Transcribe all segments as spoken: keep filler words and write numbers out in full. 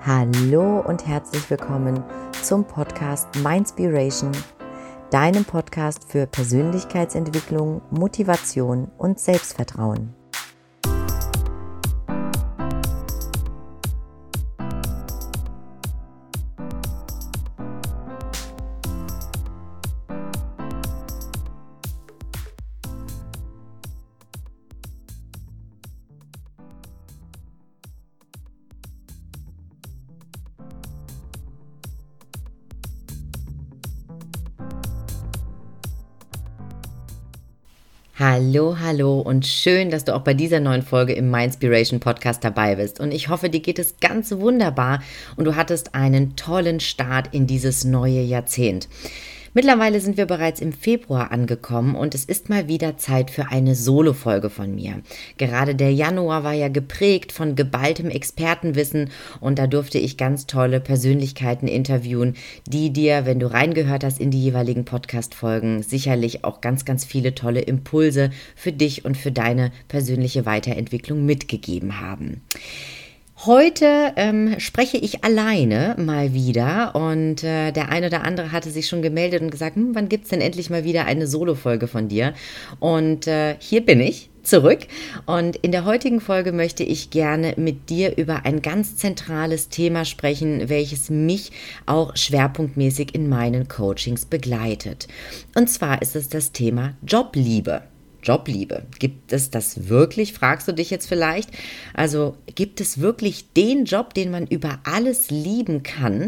Hallo und herzlich willkommen zum Podcast Mindspiration, deinem Podcast für Persönlichkeitsentwicklung, Motivation und Selbstvertrauen. Hallo, hallo und schön, dass du auch bei dieser neuen Folge im Mindspiration Podcast dabei bist. Und ich hoffe, dir geht es ganz wunderbar und du hattest einen tollen Start in dieses neue Jahrzehnt. Mittlerweile sind wir bereits im Februar angekommen und es ist mal wieder Zeit für eine Solo-Folge von mir. Gerade der Januar war ja geprägt von geballtem Expertenwissen und da durfte ich ganz tolle Persönlichkeiten interviewen, die dir, wenn du reingehört hast in die jeweiligen Podcast-Folgen, sicherlich auch ganz, ganz viele tolle Impulse für dich und für deine persönliche Weiterentwicklung mitgegeben haben. Heute ähm, spreche ich alleine mal wieder und äh, der eine oder andere hatte sich schon gemeldet und gesagt, hm, wann gibt's denn endlich mal wieder eine Solo-Folge von dir? Und äh, hier bin ich zurück und in der heutigen Folge möchte ich gerne mit dir über ein ganz zentrales Thema sprechen, welches mich auch schwerpunktmäßig in meinen Coachings begleitet. Und zwar ist es das Thema Jobliebe. Jobliebe. Gibt es das wirklich, fragst du dich jetzt vielleicht? Also gibt es wirklich den Job, den man über alles lieben kann?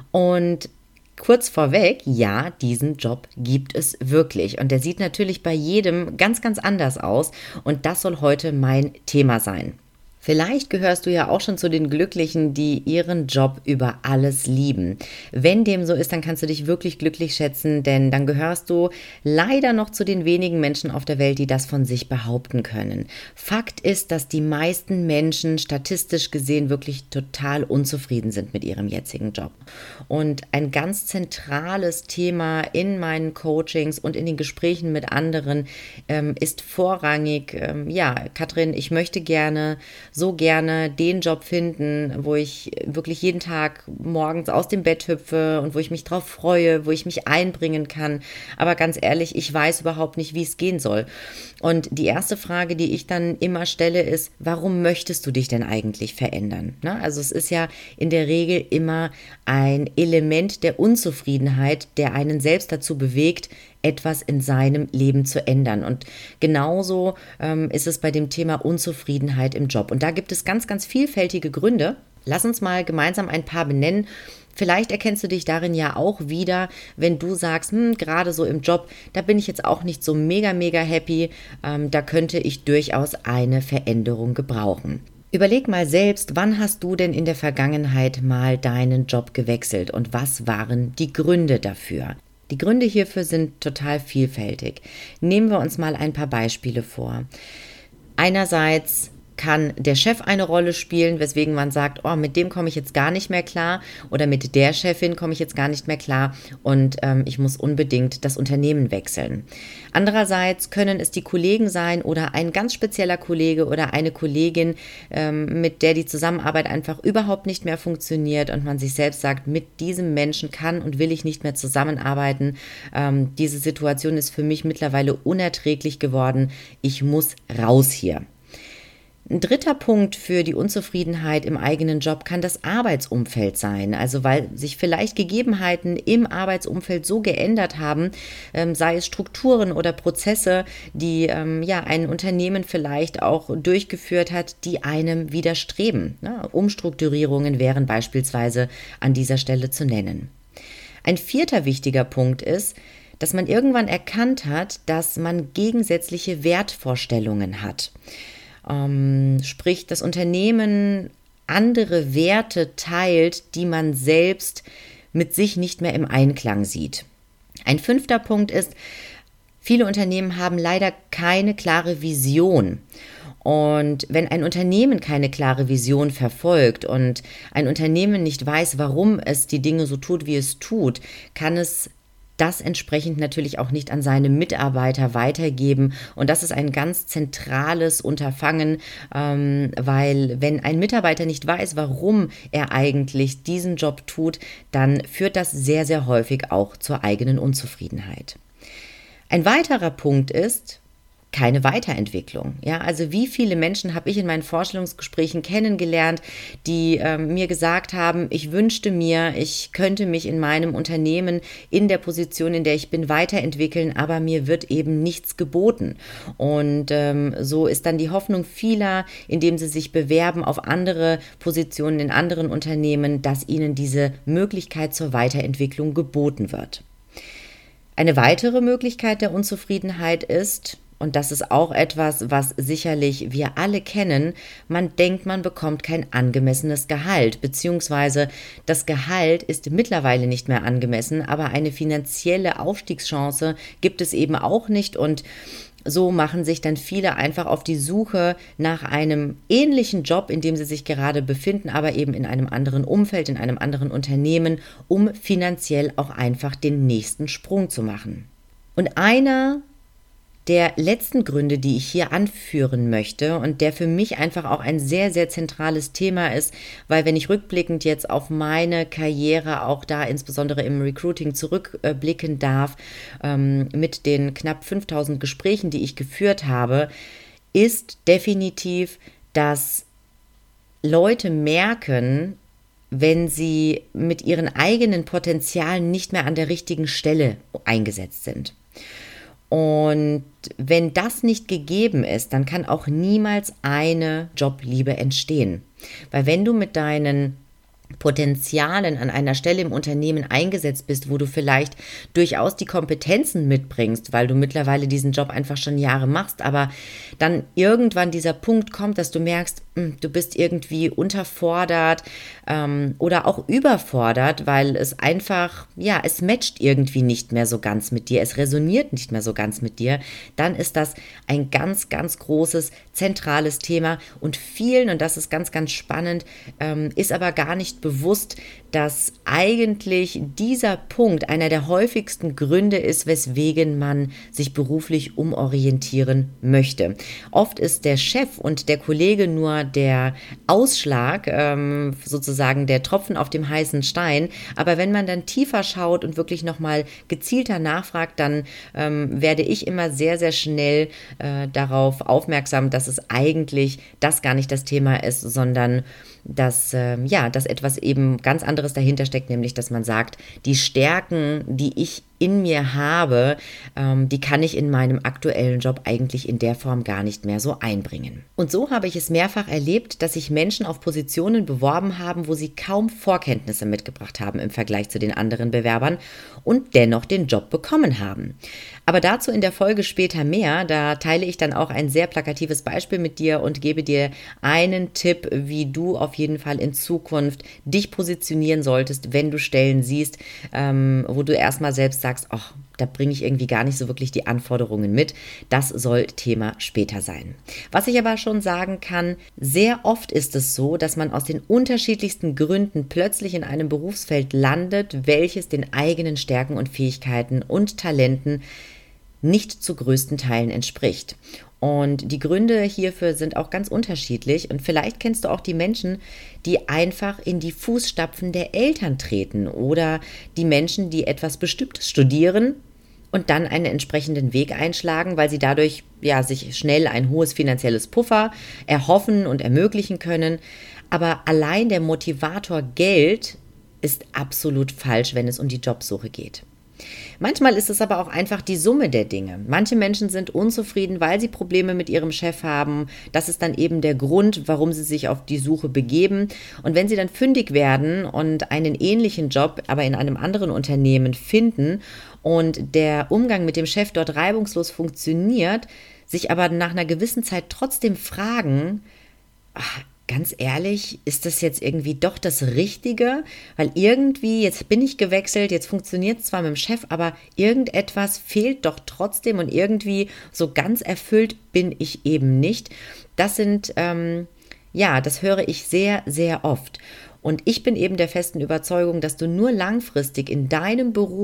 Und kurz vorweg, ja, diesen Job gibt es wirklich. Und der sieht natürlich bei jedem ganz, ganz anders aus. Und das soll heute mein Thema sein. Vielleicht gehörst du ja auch schon zu den Glücklichen, die ihren Job über alles lieben. Wenn dem so ist, dann kannst du dich wirklich glücklich schätzen, denn dann gehörst du leider noch zu den wenigen Menschen auf der Welt, die das von sich behaupten können. Fakt ist, dass die meisten Menschen statistisch gesehen wirklich total unzufrieden sind mit ihrem jetzigen Job. Und ein ganz zentrales Thema in meinen Coachings und in den Gesprächen mit anderen ähm, ist vorrangig, ähm, ja, Katrin, ich möchte gerne so gerne den Job finden, wo ich wirklich jeden Tag morgens aus dem Bett hüpfe und wo ich mich drauf freue, wo ich mich einbringen kann. Aber ganz ehrlich, ich weiß überhaupt nicht, wie es gehen soll. Und die erste Frage, die ich dann immer stelle, ist, warum möchtest du dich denn eigentlich verändern? Na, also es ist ja in der Regel immer ein Element der Unzufriedenheit, der einen selbst dazu bewegt, etwas in seinem Leben zu ändern. Und genauso ähm, ist es bei dem Thema Unzufriedenheit im Job. Und da gibt es ganz, ganz vielfältige Gründe. Lass uns mal gemeinsam ein paar benennen. Vielleicht erkennst du dich darin ja auch wieder, wenn du sagst, hm, gerade so im Job, da bin ich jetzt auch nicht so mega, mega happy. Ähm, da könnte ich durchaus eine Veränderung gebrauchen. Überleg mal selbst, wann hast du denn in der Vergangenheit mal deinen Job gewechselt und was waren die Gründe dafür? Die Gründe hierfür sind total vielfältig. Nehmen wir uns mal ein paar Beispiele vor. Einerseits kann der Chef eine Rolle spielen, weswegen man sagt, oh, mit dem komme ich jetzt gar nicht mehr klar oder mit der Chefin komme ich jetzt gar nicht mehr klar und ähm, ich muss unbedingt das Unternehmen wechseln. Andererseits können es die Kollegen sein oder ein ganz spezieller Kollege oder eine Kollegin, ähm, mit der die Zusammenarbeit einfach überhaupt nicht mehr funktioniert und man sich selbst sagt, mit diesem Menschen kann und will ich nicht mehr zusammenarbeiten. Ähm, diese Situation ist für mich mittlerweile unerträglich geworden. Ich muss raus hier. Ein dritter Punkt für die Unzufriedenheit im eigenen Job kann das Arbeitsumfeld sein. Also weil sich vielleicht Gegebenheiten im Arbeitsumfeld so geändert haben, ähm, sei es Strukturen oder Prozesse, die ähm, ja ein Unternehmen vielleicht auch durchgeführt hat, die einem widerstreben. Ne? Umstrukturierungen wären beispielsweise an dieser Stelle zu nennen. Ein vierter wichtiger Punkt ist, dass man irgendwann erkannt hat, dass man gegensätzliche Wertvorstellungen hat. Ähm, sprich, das Unternehmen andere Werte teilt, die man selbst mit sich nicht mehr im Einklang sieht. Ein fünfter Punkt ist, viele Unternehmen haben leider keine klare Vision. Und wenn ein Unternehmen keine klare Vision verfolgt und ein Unternehmen nicht weiß, warum es die Dinge so tut, wie es tut, kann es das entsprechend natürlich auch nicht an seine Mitarbeiter weitergeben. Und das ist ein ganz zentrales Unterfangen, ähm, weil wenn ein Mitarbeiter nicht weiß, warum er eigentlich diesen Job tut, dann führt das sehr, sehr häufig auch zur eigenen Unzufriedenheit. Ein weiterer Punkt ist, keine Weiterentwicklung. Ja, also wie viele Menschen habe ich in meinen Vorstellungsgesprächen kennengelernt, die äh, mir gesagt haben, ich wünschte mir, ich könnte mich in meinem Unternehmen in der Position, in der ich bin, weiterentwickeln, aber mir wird eben nichts geboten. Und ähm, so ist dann die Hoffnung vieler, indem sie sich bewerben auf andere Positionen in anderen Unternehmen, dass ihnen diese Möglichkeit zur Weiterentwicklung geboten wird. Eine weitere Möglichkeit der Unzufriedenheit ist, und das ist auch etwas, was sicherlich wir alle kennen, man denkt, man bekommt kein angemessenes Gehalt, beziehungsweise das Gehalt ist mittlerweile nicht mehr angemessen, aber eine finanzielle Aufstiegschance gibt es eben auch nicht und so machen sich dann viele einfach auf die Suche nach einem ähnlichen Job, in dem sie sich gerade befinden, aber eben in einem anderen Umfeld, in einem anderen Unternehmen, um finanziell auch einfach den nächsten Sprung zu machen. Und einer der letzten Gründe, die ich hier anführen möchte und der für mich einfach auch ein sehr, sehr zentrales Thema ist, weil wenn ich rückblickend jetzt auf meine Karriere, auch da insbesondere im Recruiting zurückblicken darf, ähm, mit den knapp fünftausend Gesprächen, die ich geführt habe, ist definitiv, dass Leute merken, wenn sie mit ihren eigenen Potenzialen nicht mehr an der richtigen Stelle eingesetzt sind. Und wenn das nicht gegeben ist, dann kann auch niemals eine Jobliebe entstehen. Weil wenn du mit deinen Potenzialen an einer Stelle im Unternehmen eingesetzt bist, wo du vielleicht durchaus die Kompetenzen mitbringst, weil du mittlerweile diesen Job einfach schon Jahre machst, aber dann irgendwann dieser Punkt kommt, dass du merkst, du bist irgendwie unterfordert ähm, oder auch überfordert, weil es einfach, ja, es matcht irgendwie nicht mehr so ganz mit dir, es resoniert nicht mehr so ganz mit dir, dann ist das ein ganz, ganz großes, zentrales Thema und vielen, und das ist ganz, ganz spannend, ähm, ist aber gar nicht bewusst, dass eigentlich dieser Punkt einer der häufigsten Gründe ist, weswegen man sich beruflich umorientieren möchte. Oft ist der Chef und der Kollege nur der Ausschlag, ähm, sozusagen der Tropfen auf dem heißen Stein, aber wenn man dann tiefer schaut und wirklich nochmal gezielter nachfragt, dann ähm, werde ich immer sehr, sehr schnell äh, darauf aufmerksam, dass es eigentlich das gar nicht das Thema ist, sondern dass, äh, ja, dass etwas eben ganz anderes dahinter steckt, nämlich dass man sagt, die Stärken, die ich in mir habe, ähm, die kann ich in meinem aktuellen Job eigentlich in der Form gar nicht mehr so einbringen. Und so habe ich es mehrfach erlebt, dass sich Menschen auf Positionen beworben haben, wo sie kaum Vorkenntnisse mitgebracht haben im Vergleich zu den anderen Bewerbern und dennoch den Job bekommen haben. Aber dazu in der Folge später mehr, da teile ich dann auch ein sehr plakatives Beispiel mit dir und gebe dir einen Tipp, wie du auf jeden Fall in Zukunft dich positionieren solltest, wenn du Stellen siehst, ähm, wo du erstmal selbst sagst, ach, da bringe ich irgendwie gar nicht so wirklich die Anforderungen mit. Das soll Thema später sein. Was ich aber schon sagen kann, sehr oft ist es so, dass man aus den unterschiedlichsten Gründen plötzlich in einem Berufsfeld landet, welches den eigenen Stärken und Fähigkeiten und Talenten nicht zu größten Teilen entspricht. Und die Gründe hierfür sind auch ganz unterschiedlich und vielleicht kennst du auch die Menschen, die einfach in die Fußstapfen der Eltern treten oder die Menschen, die etwas Bestimmtes studieren und dann einen entsprechenden Weg einschlagen, weil sie dadurch ja sich schnell ein hohes finanzielles Puffer erhoffen und ermöglichen können. Aber allein der Motivator Geld ist absolut falsch, wenn es um die Jobsuche geht. Manchmal ist es aber auch einfach die Summe der Dinge. Manche Menschen sind unzufrieden, weil sie Probleme mit ihrem Chef haben. Das ist dann eben der Grund, warum sie sich auf die Suche begeben. Und wenn sie dann fündig werden und einen ähnlichen Job, aber in einem anderen Unternehmen finden und der Umgang mit dem Chef dort reibungslos funktioniert, sich aber nach einer gewissen Zeit trotzdem fragen, ach, ganz ehrlich, ist das jetzt irgendwie doch das Richtige? Weil irgendwie, jetzt bin ich gewechselt, jetzt funktioniert es zwar mit dem Chef, aber irgendetwas fehlt doch trotzdem und irgendwie so ganz erfüllt bin ich eben nicht. Das sind, ähm, ja, das höre ich sehr, sehr oft. Und ich bin eben der festen Überzeugung, dass du nur langfristig in deinem Beruf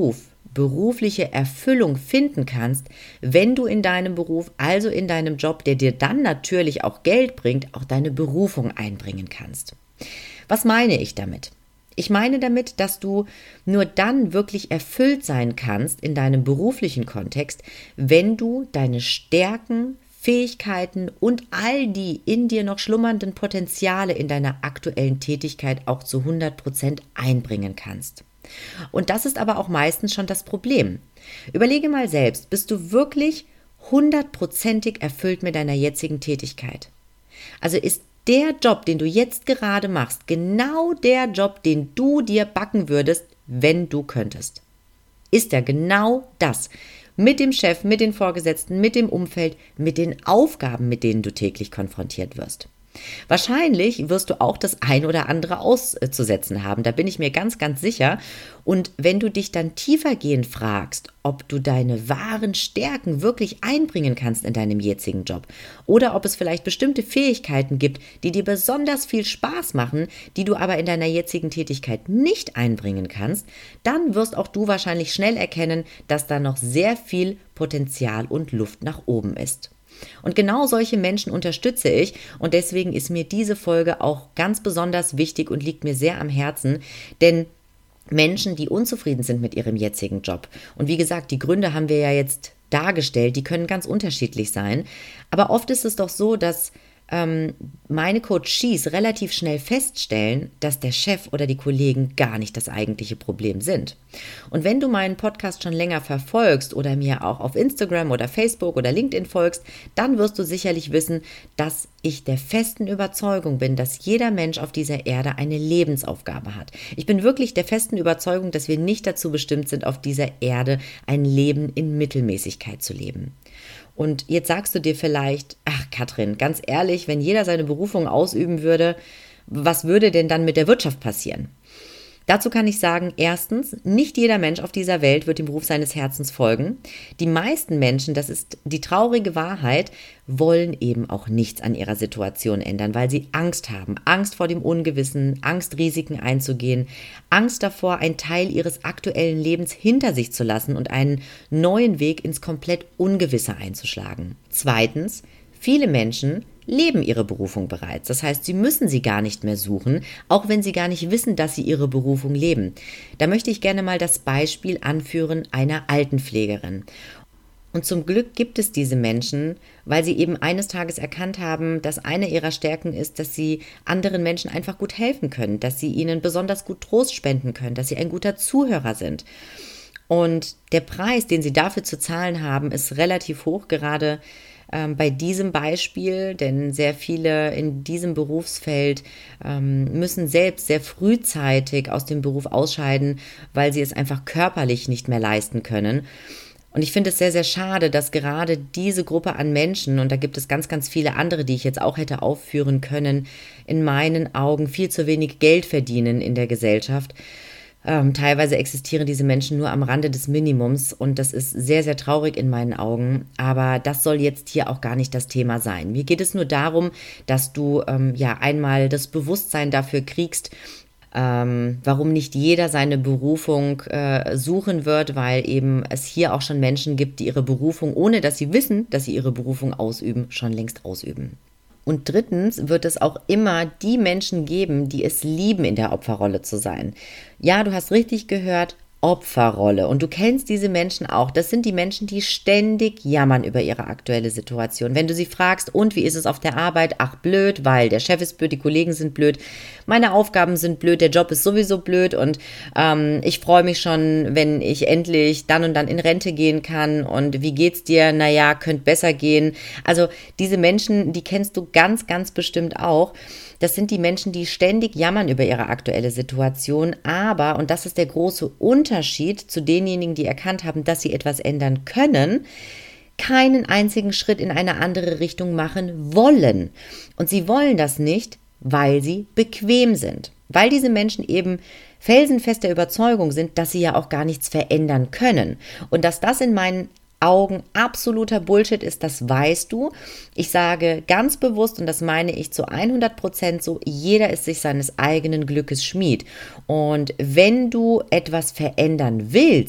berufliche Erfüllung finden kannst, wenn du in deinem Beruf, also in deinem Job, der dir dann natürlich auch Geld bringt, auch deine Berufung einbringen kannst. Was meine ich damit? Ich meine damit, dass du nur dann wirklich erfüllt sein kannst in deinem beruflichen Kontext, wenn du deine Stärken, Fähigkeiten und all die in dir noch schlummernden Potenziale in deiner aktuellen Tätigkeit auch zu hundert Prozent einbringen kannst. Und das ist aber auch meistens schon das Problem. Überlege mal selbst, bist du wirklich hundertprozentig erfüllt mit deiner jetzigen Tätigkeit? Also ist der Job, den du jetzt gerade machst, genau der Job, den du dir backen würdest, wenn du könntest? Ist er genau das? Mit dem Chef, mit den Vorgesetzten, mit dem Umfeld, mit den Aufgaben, mit denen du täglich konfrontiert wirst. Wahrscheinlich wirst du auch das ein oder andere auszusetzen haben, da bin ich mir ganz, ganz sicher. Und wenn du dich dann tiefergehend fragst, ob du deine wahren Stärken wirklich einbringen kannst in deinem jetzigen Job oder ob es vielleicht bestimmte Fähigkeiten gibt, die dir besonders viel Spaß machen, die du aber in deiner jetzigen Tätigkeit nicht einbringen kannst, dann wirst auch du wahrscheinlich schnell erkennen, dass da noch sehr viel Potenzial und Luft nach oben ist. Und genau solche Menschen unterstütze ich und deswegen ist mir diese Folge auch ganz besonders wichtig und liegt mir sehr am Herzen, denn Menschen, die unzufrieden sind mit ihrem jetzigen Job, und wie gesagt, die Gründe haben wir ja jetzt dargestellt, die können ganz unterschiedlich sein, aber oft ist es doch so, dass ähm, meine Coaches relativ schnell feststellen, dass der Chef oder die Kollegen gar nicht das eigentliche Problem sind. Und wenn du meinen Podcast schon länger verfolgst oder mir auch auf Instagram oder Facebook oder LinkedIn folgst, dann wirst du sicherlich wissen, dass ich der festen Überzeugung bin, dass jeder Mensch auf dieser Erde eine Lebensaufgabe hat. Ich bin wirklich der festen Überzeugung, dass wir nicht dazu bestimmt sind, auf dieser Erde ein Leben in Mittelmäßigkeit zu leben. Und jetzt sagst du dir vielleicht, ach Katrin, ganz ehrlich, wenn jeder seine Berufung ausüben würde, was würde denn dann mit der Wirtschaft passieren? Dazu kann ich sagen, erstens, nicht jeder Mensch auf dieser Welt wird dem Beruf seines Herzens folgen. Die meisten Menschen, das ist die traurige Wahrheit, wollen eben auch nichts an ihrer Situation ändern, weil sie Angst haben. Angst vor dem Ungewissen, Angst, Risiken einzugehen, Angst davor, einen Teil ihres aktuellen Lebens hinter sich zu lassen und einen neuen Weg ins komplett Ungewisse einzuschlagen. Zweitens, viele Menschen leben ihre Berufung bereits. Das heißt, sie müssen sie gar nicht mehr suchen, auch wenn sie gar nicht wissen, dass sie ihre Berufung leben. Da möchte ich gerne mal das Beispiel anführen einer Altenpflegerin. Und zum Glück gibt es diese Menschen, weil sie eben eines Tages erkannt haben, dass eine ihrer Stärken ist, dass sie anderen Menschen einfach gut helfen können, dass sie ihnen besonders gut Trost spenden können, dass sie ein guter Zuhörer sind. Und der Preis, den sie dafür zu zahlen haben, ist relativ hoch, gerade ähm, bei diesem Beispiel, denn sehr viele in diesem Berufsfeld ähm, müssen selbst sehr frühzeitig aus dem Beruf ausscheiden, weil sie es einfach körperlich nicht mehr leisten können. Und ich finde es sehr, sehr schade, dass gerade diese Gruppe an Menschen, und da gibt es ganz, ganz viele andere, die ich jetzt auch hätte aufführen können, in meinen Augen viel zu wenig Geld verdienen in der Gesellschaft. Ähm, teilweise existieren diese Menschen nur am Rande des Minimums und das ist sehr, sehr traurig in meinen Augen. Aber das soll jetzt hier auch gar nicht das Thema sein. Mir geht es nur darum, dass du ähm, ja einmal das Bewusstsein dafür kriegst, Ähm, warum nicht jeder seine Berufung äh, suchen wird, weil eben es hier auch schon Menschen gibt, die ihre Berufung, ohne dass sie wissen, dass sie ihre Berufung ausüben, schon längst ausüben. Und drittens wird es auch immer die Menschen geben, die es lieben, in der Opferrolle zu sein. Ja, du hast richtig gehört, Opferrolle. Und du kennst diese Menschen auch. Das sind die Menschen, die ständig jammern über ihre aktuelle Situation. Wenn du sie fragst, und wie ist es auf der Arbeit? Ach, blöd, weil der Chef ist blöd, die Kollegen sind blöd, meine Aufgaben sind blöd, der Job ist sowieso blöd und ähm, ich freue mich schon, wenn ich endlich dann und dann in Rente gehen kann. Und wie geht's dir? Naja, könnte besser gehen. Also diese Menschen, die kennst du ganz, ganz bestimmt auch. Das sind die Menschen, die ständig jammern über ihre aktuelle Situation, aber, und das ist der große Unterschied zu denjenigen, die erkannt haben, dass sie etwas ändern können, keinen einzigen Schritt in eine andere Richtung machen wollen. Und sie wollen das nicht, weil sie bequem sind. Weil diese Menschen eben felsenfest der Überzeugung sind, dass sie ja auch gar nichts verändern können. Und dass das in meinen Augen absoluter Bullshit ist, das weißt du. Ich sage ganz bewusst, und das meine ich zu hundert Prozent so, jeder ist sich seines eigenen Glückes Schmied. Und wenn du etwas verändern willst,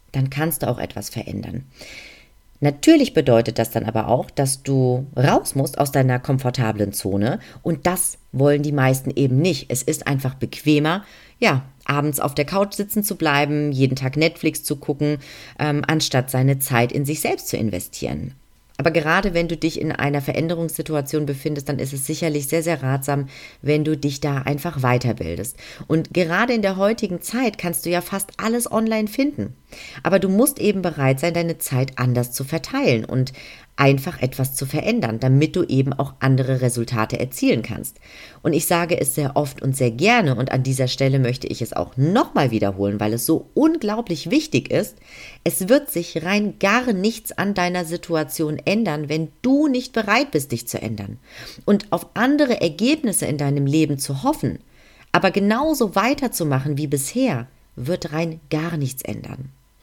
dann kannst du auch etwas verändern. Natürlich bedeutet das dann aber auch, dass du raus musst aus deiner komfortablen Zone und das wollen die meisten eben nicht. Es ist einfach bequemer, ja, abends auf der Couch sitzen zu bleiben, jeden Tag Netflix zu gucken, ähm, anstatt seine Zeit in sich selbst zu investieren. Aber gerade wenn du dich in einer Veränderungssituation befindest, dann ist es sicherlich sehr, sehr ratsam, wenn du dich da einfach weiterbildest. Und gerade in der heutigen Zeit kannst du ja fast alles online finden. Aber du musst eben bereit sein, deine Zeit anders zu verteilen und einfach etwas zu verändern, damit du eben auch andere Resultate erzielen kannst. Und ich sage es sehr oft und sehr gerne und an dieser Stelle möchte ich es auch nochmal wiederholen, weil es so unglaublich wichtig ist. Es wird sich rein gar nichts an deiner Situation ändern, wenn du nicht bereit bist, dich zu ändern. Und auf andere Ergebnisse in deinem Leben zu hoffen, aber genauso weiterzumachen wie bisher, wird rein gar nichts ändern.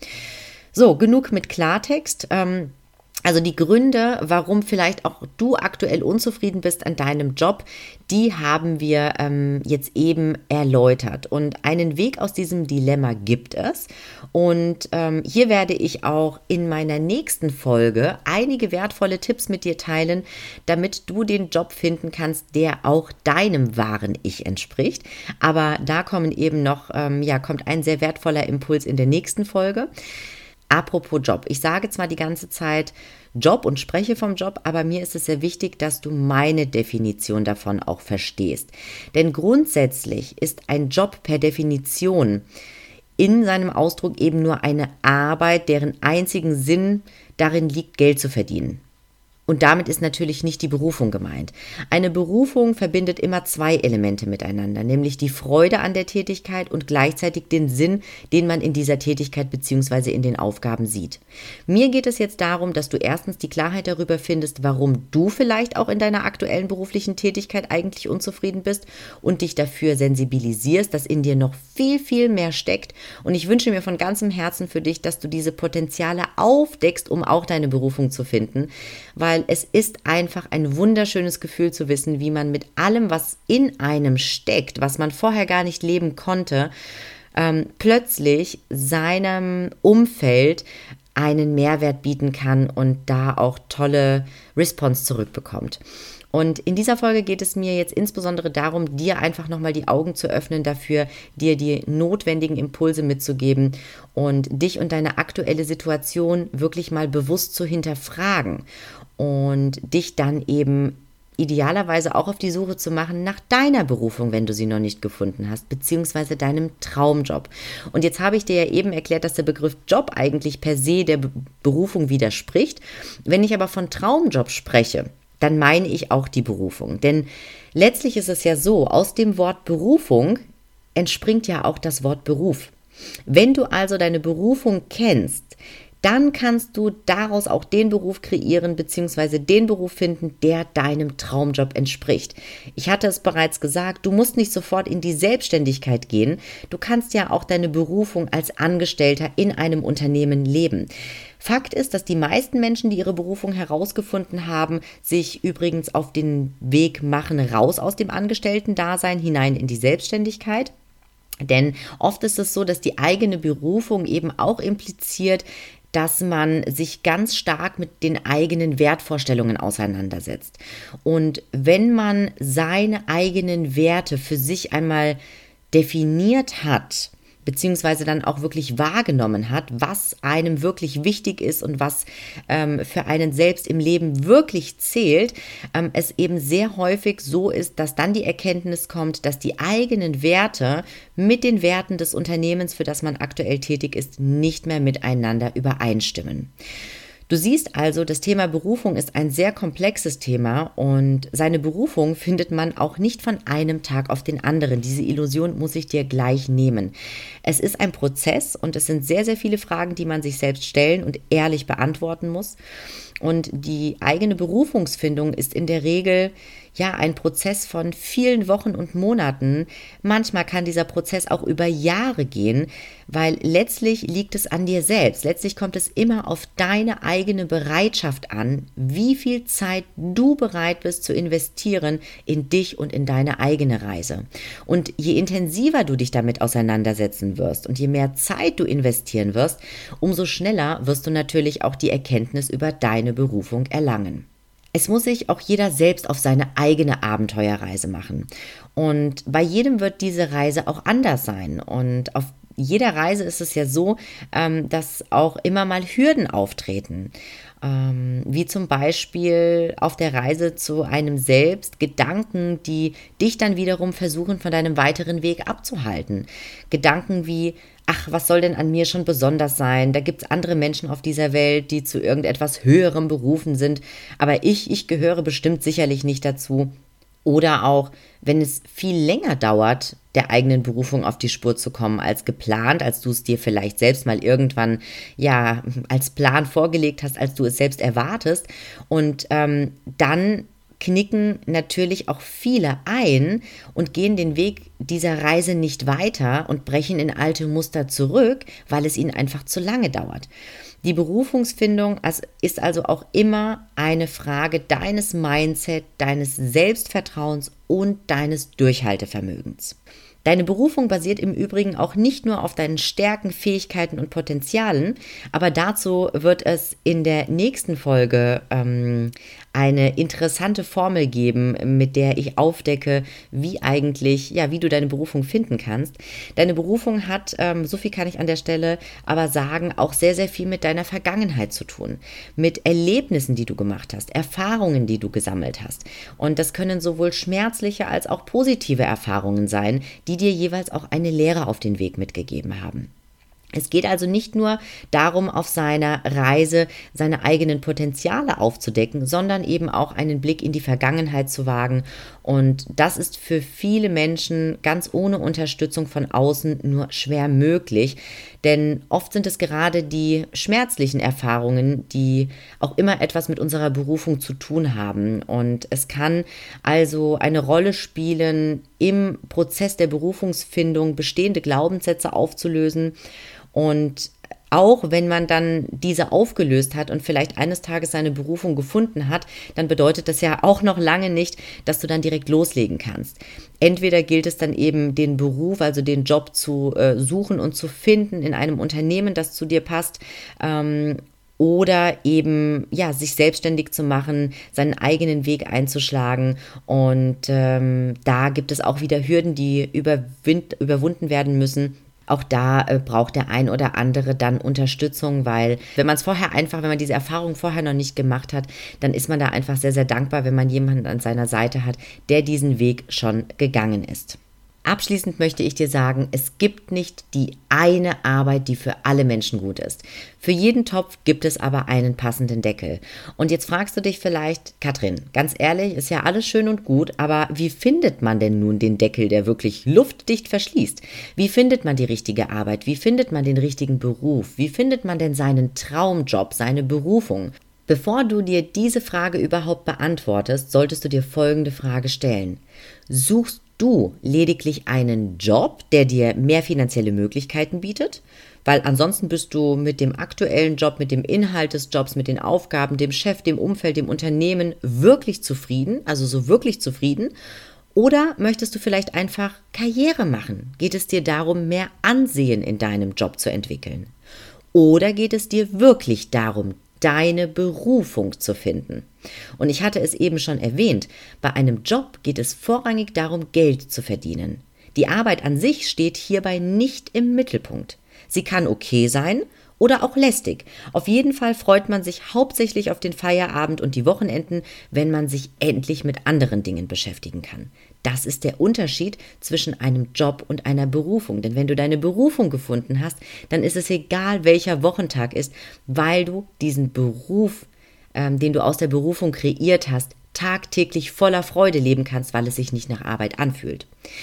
So, genug mit Klartext. Ähm, Also die Gründe, warum vielleicht auch du aktuell unzufrieden bist an deinem Job, die haben wir ähm, jetzt eben erläutert. Und einen Weg aus diesem Dilemma gibt es. Und ähm, hier werde ich auch in meiner nächsten Folge einige wertvolle Tipps mit dir teilen, damit du den Job finden kannst, der auch deinem wahren Ich entspricht. Aber da kommen eben noch, ähm, ja, kommt ein sehr wertvoller Impuls in der nächsten Folge. Apropos Job, ich sage zwar die ganze Zeit Job und spreche vom Job, aber mir ist es sehr wichtig, dass du meine Definition davon auch verstehst. Denn grundsätzlich ist ein Job per Definition in seinem Ausdruck eben nur eine Arbeit, deren einzigen Sinn darin liegt, Geld zu verdienen. Und damit ist natürlich nicht die Berufung gemeint. Eine Berufung verbindet immer zwei Elemente miteinander, nämlich die Freude an der Tätigkeit und gleichzeitig den Sinn, den man in dieser Tätigkeit bzw. in den Aufgaben sieht. Mir geht es jetzt darum, dass du erstens die Klarheit darüber findest, warum du vielleicht auch in deiner aktuellen beruflichen Tätigkeit eigentlich unzufrieden bist und dich dafür sensibilisierst, dass in dir noch viel, viel mehr steckt. Und ich wünsche mir von ganzem Herzen für dich, dass du diese Potenziale aufdeckst, um auch deine Berufung zu finden, weil es ist einfach ein wunderschönes Gefühl zu wissen, wie man mit allem, was in einem steckt, was man vorher gar nicht leben konnte, ähm, plötzlich seinem Umfeld einen Mehrwert bieten kann und da auch tolle Response zurückbekommt. Und in dieser Folge geht es mir jetzt insbesondere darum, dir einfach nochmal die Augen zu öffnen dafür, dir die notwendigen Impulse mitzugeben und dich und deine aktuelle Situation wirklich mal bewusst zu hinterfragen und dich dann eben idealerweise auch auf die Suche zu machen nach deiner Berufung, wenn du sie noch nicht gefunden hast, beziehungsweise deinem Traumjob. Und jetzt habe ich dir ja eben erklärt, dass der Begriff Job eigentlich per se der Be- Berufung widerspricht. Wenn ich aber von Traumjob spreche, dann meine ich auch die Berufung. Denn letztlich ist es ja so, aus dem Wort Berufung entspringt ja auch das Wort Beruf. Wenn du also deine Berufung kennst, dann kannst du daraus auch den Beruf kreieren bzw. den Beruf finden, der deinem Traumjob entspricht. Ich hatte es bereits gesagt, du musst nicht sofort in die Selbstständigkeit gehen. Du kannst ja auch deine Berufung als Angestellter in einem Unternehmen leben. Fakt ist, dass die meisten Menschen, die ihre Berufung herausgefunden haben, sich übrigens auf den Weg machen, raus aus dem Angestellten-Dasein hinein in die Selbstständigkeit. Denn oft ist es so, dass die eigene Berufung eben auch impliziert, dass man sich ganz stark mit den eigenen Wertvorstellungen auseinandersetzt. Und wenn man seine eigenen Werte für sich einmal definiert hat, beziehungsweise dann auch wirklich wahrgenommen hat, was einem wirklich wichtig ist und was ähm, für einen selbst im Leben wirklich zählt, ähm, es eben sehr häufig so ist, dass dann die Erkenntnis kommt, dass die eigenen Werte mit den Werten des Unternehmens, für das man aktuell tätig ist, nicht mehr miteinander übereinstimmen. Du siehst also, das Thema Berufung ist ein sehr komplexes Thema und seine Berufung findet man auch nicht von einem Tag auf den anderen. Diese Illusion muss ich dir gleich nehmen. Es ist ein Prozess und es sind sehr, sehr viele Fragen, die man sich selbst stellen und ehrlich beantworten muss. Und die eigene Berufungsfindung ist in der Regel ja ein Prozess von vielen Wochen und Monaten. Manchmal kann dieser Prozess auch über Jahre gehen, weil letztlich liegt es an dir selbst. Letztlich kommt es immer auf deine eigene Bereitschaft an, wie viel Zeit du bereit bist zu investieren in dich und in deine eigene Reise. Und je intensiver du dich damit auseinandersetzen wirst und je mehr Zeit du investieren wirst, umso schneller wirst du natürlich auch die Erkenntnis über deine Berufung erlangen. Es muss sich auch jeder selbst auf seine eigene Abenteuerreise machen. Und bei jedem wird diese Reise auch anders sein. Und auf jeder Reise ist es ja so, dass auch immer mal Hürden auftreten. Wie zum Beispiel auf der Reise zu einem selbst Gedanken, die dich dann wiederum versuchen, von deinem weiteren Weg abzuhalten. Gedanken wie: Ach, was soll denn an mir schon besonders sein? Da gibt es andere Menschen auf dieser Welt, die zu irgendetwas Höherem berufen sind, aber ich, ich gehöre bestimmt sicherlich nicht dazu. Oder auch, wenn es viel länger dauert, der eigenen Berufung auf die Spur zu kommen als geplant, als du es dir vielleicht selbst mal irgendwann ja als Plan vorgelegt hast, als du es selbst erwartest. Und ähm, dann knicken natürlich auch viele ein und gehen den Weg dieser Reise nicht weiter und brechen in alte Muster zurück, weil es ihnen einfach zu lange dauert. Die Berufungsfindung ist also auch immer eine Frage deines Mindset, deines Selbstvertrauens und deines Durchhaltevermögens. Deine Berufung basiert im Übrigen auch nicht nur auf deinen Stärken, Fähigkeiten und Potenzialen, aber dazu wird es in der nächsten Folge ähm, eine interessante Formel geben, mit der ich aufdecke, wie eigentlich, ja, wie du deine Berufung finden kannst. Deine Berufung hat, ähm, so viel kann ich an der Stelle aber sagen, auch sehr, sehr viel mit deiner Vergangenheit zu tun, mit Erlebnissen, die du gemacht hast, Erfahrungen, die du gesammelt hast. Und das können sowohl schmerzliche als auch positive Erfahrungen sein, die dir jeweils auch eine Lehre auf den Weg mitgegeben haben. Es geht also nicht nur darum, auf seiner Reise seine eigenen Potenziale aufzudecken, sondern eben auch einen Blick in die Vergangenheit zu wagen. Und das ist für viele Menschen ganz ohne Unterstützung von außen nur schwer möglich. Denn oft sind es gerade die schmerzlichen Erfahrungen, die auch immer etwas mit unserer Berufung zu tun haben. Und es kann also eine Rolle spielen, im Prozess der Berufungsfindung bestehende Glaubenssätze aufzulösen. Und auch wenn man dann diese aufgelöst hat und vielleicht eines Tages seine Berufung gefunden hat, dann bedeutet das ja auch noch lange nicht, dass du dann direkt loslegen kannst. Entweder gilt es dann eben, den Beruf, also den Job zu äh, suchen und zu finden in einem Unternehmen, das zu dir passt, ähm, oder eben, ja, sich selbstständig zu machen, seinen eigenen Weg einzuschlagen. Und ähm, da gibt es auch wieder Hürden, die überwind- überwunden werden müssen. Auch da äh, braucht der ein oder andere dann Unterstützung, weil wenn man es vorher einfach, wenn man diese Erfahrung vorher noch nicht gemacht hat, dann ist man da einfach sehr, sehr dankbar, wenn man jemanden an seiner Seite hat, der diesen Weg schon gegangen ist. Abschließend möchte ich dir sagen, es gibt nicht die eine Arbeit, die für alle Menschen gut ist. Für jeden Topf gibt es aber einen passenden Deckel. Und jetzt fragst du dich vielleicht: Katrin, ganz ehrlich, ist ja alles schön und gut, aber wie findet man denn nun den Deckel, der wirklich luftdicht verschließt? Wie findet man die richtige Arbeit? Wie findet man den richtigen Beruf? Wie findet man denn seinen Traumjob, seine Berufung? Bevor du dir diese Frage überhaupt beantwortest, solltest du dir folgende Frage stellen: Suchst du lediglich einen Job, der dir mehr finanzielle Möglichkeiten bietet? Weil ansonsten bist du mit dem aktuellen Job, mit dem Inhalt des Jobs, mit den Aufgaben, dem Chef, dem Umfeld, dem Unternehmen wirklich zufrieden, also so wirklich zufrieden? Oder möchtest du vielleicht einfach Karriere machen? Geht es dir darum, mehr Ansehen in deinem Job zu entwickeln? Oder geht es dir wirklich darum, deine Berufung zu finden? Und ich hatte es eben schon erwähnt, bei einem Job geht es vorrangig darum, Geld zu verdienen. Die Arbeit an sich steht hierbei nicht im Mittelpunkt. Sie kann okay sein oder auch lästig. Auf jeden Fall freut man sich hauptsächlich auf den Feierabend und die Wochenenden, wenn man sich endlich mit anderen Dingen beschäftigen kann. Das ist der Unterschied zwischen einem Job und einer Berufung. Denn wenn du deine Berufung gefunden hast, dann ist es egal, welcher Wochentag ist, weil du diesen Beruf, ähm, den du aus der Berufung kreiert hast, tagtäglich voller Freude leben kannst, weil es sich nicht nach Arbeit anfühlt.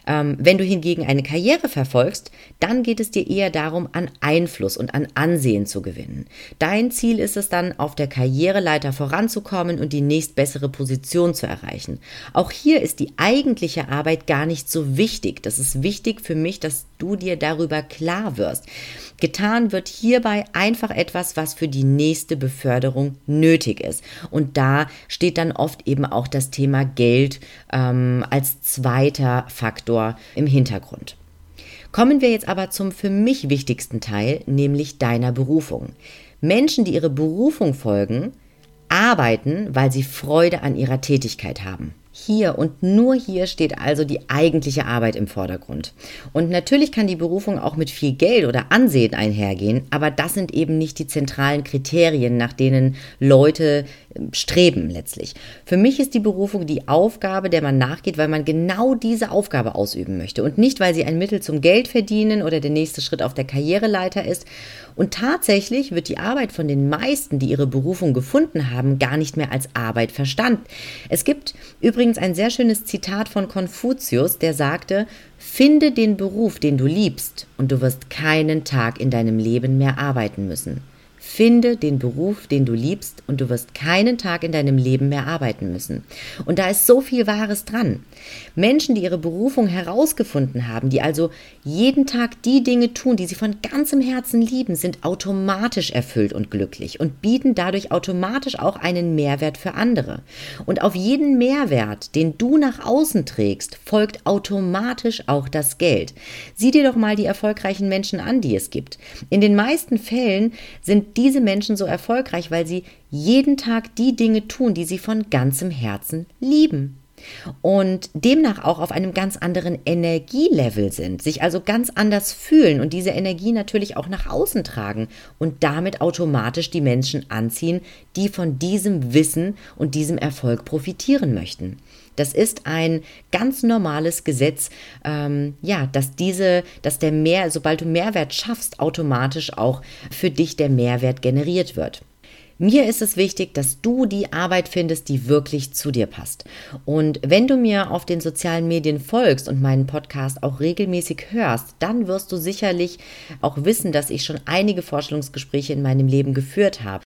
Ähm, wenn du hingegen eine Karriere verfolgst, dann geht es dir eher darum, an Einfluss und an Ansehen zu gewinnen. Dein Ziel ist es dann, auf der Karriereleiter voranzukommen und die nächstbessere Position zu erreichen. Auch hier ist die eigentliche Arbeit gar nicht so wichtig. Das ist wichtig für mich, dass du dir darüber klar wirst. Getan wird hierbei einfach etwas, was für die nächste Beförderung nötig ist. Und da steht dann oft eben auch das Thema Geld ähm, als zweiter Faktor im Hintergrund. Kommen wir jetzt aber zum für mich wichtigsten Teil, nämlich deiner Berufung. Menschen, die ihre Berufung folgen, arbeiten, weil sie Freude an ihrer Tätigkeit haben. Hier und nur hier steht also die eigentliche Arbeit im Vordergrund. Und natürlich kann die Berufung auch mit viel Geld oder Ansehen einhergehen, aber das sind eben nicht die zentralen Kriterien, nach denen Leute streben letztlich. Für mich ist die Berufung die Aufgabe, der man nachgeht, weil man genau diese Aufgabe ausüben möchte und nicht, weil sie ein Mittel zum Geld verdienen oder der nächste Schritt auf der Karriereleiter ist. Und tatsächlich wird die Arbeit von den meisten, die ihre Berufung gefunden haben, gar nicht mehr als Arbeit verstanden. Es gibt übrigens ein sehr schönes Zitat von Konfuzius, der sagte: Finde den Beruf, den du liebst, und du wirst keinen Tag in deinem Leben mehr arbeiten müssen. Finde den Beruf, den du liebst, und du wirst keinen Tag in deinem Leben mehr arbeiten müssen. Und da ist so viel Wahres dran. Menschen, die ihre Berufung herausgefunden haben, die also jeden Tag die Dinge tun, die sie von ganzem Herzen lieben, sind automatisch erfüllt und glücklich und bieten dadurch automatisch auch einen Mehrwert für andere. Und auf jeden Mehrwert, den du nach außen trägst, folgt automatisch auch das Geld. Sieh dir doch mal die erfolgreichen Menschen an, die es gibt. In den meisten Fällen sind diese Menschen so erfolgreich, weil sie jeden Tag die Dinge tun, die sie von ganzem Herzen lieben. Und demnach auch auf einem ganz anderen Energielevel sind, sich also ganz anders fühlen und diese Energie natürlich auch nach außen tragen und damit automatisch die Menschen anziehen, die von diesem Wissen und diesem Erfolg profitieren möchten. Das ist ein ganz normales Gesetz, ähm, ja, dass diese, dass der Mehr, sobald du Mehrwert schaffst, automatisch auch für dich der Mehrwert generiert wird. Mir ist es wichtig, dass du die Arbeit findest, die wirklich zu dir passt. Und wenn du mir auf den sozialen Medien folgst und meinen Podcast auch regelmäßig hörst, dann wirst du sicherlich auch wissen, dass ich schon einige Vorstellungsgespräche in meinem Leben geführt habe.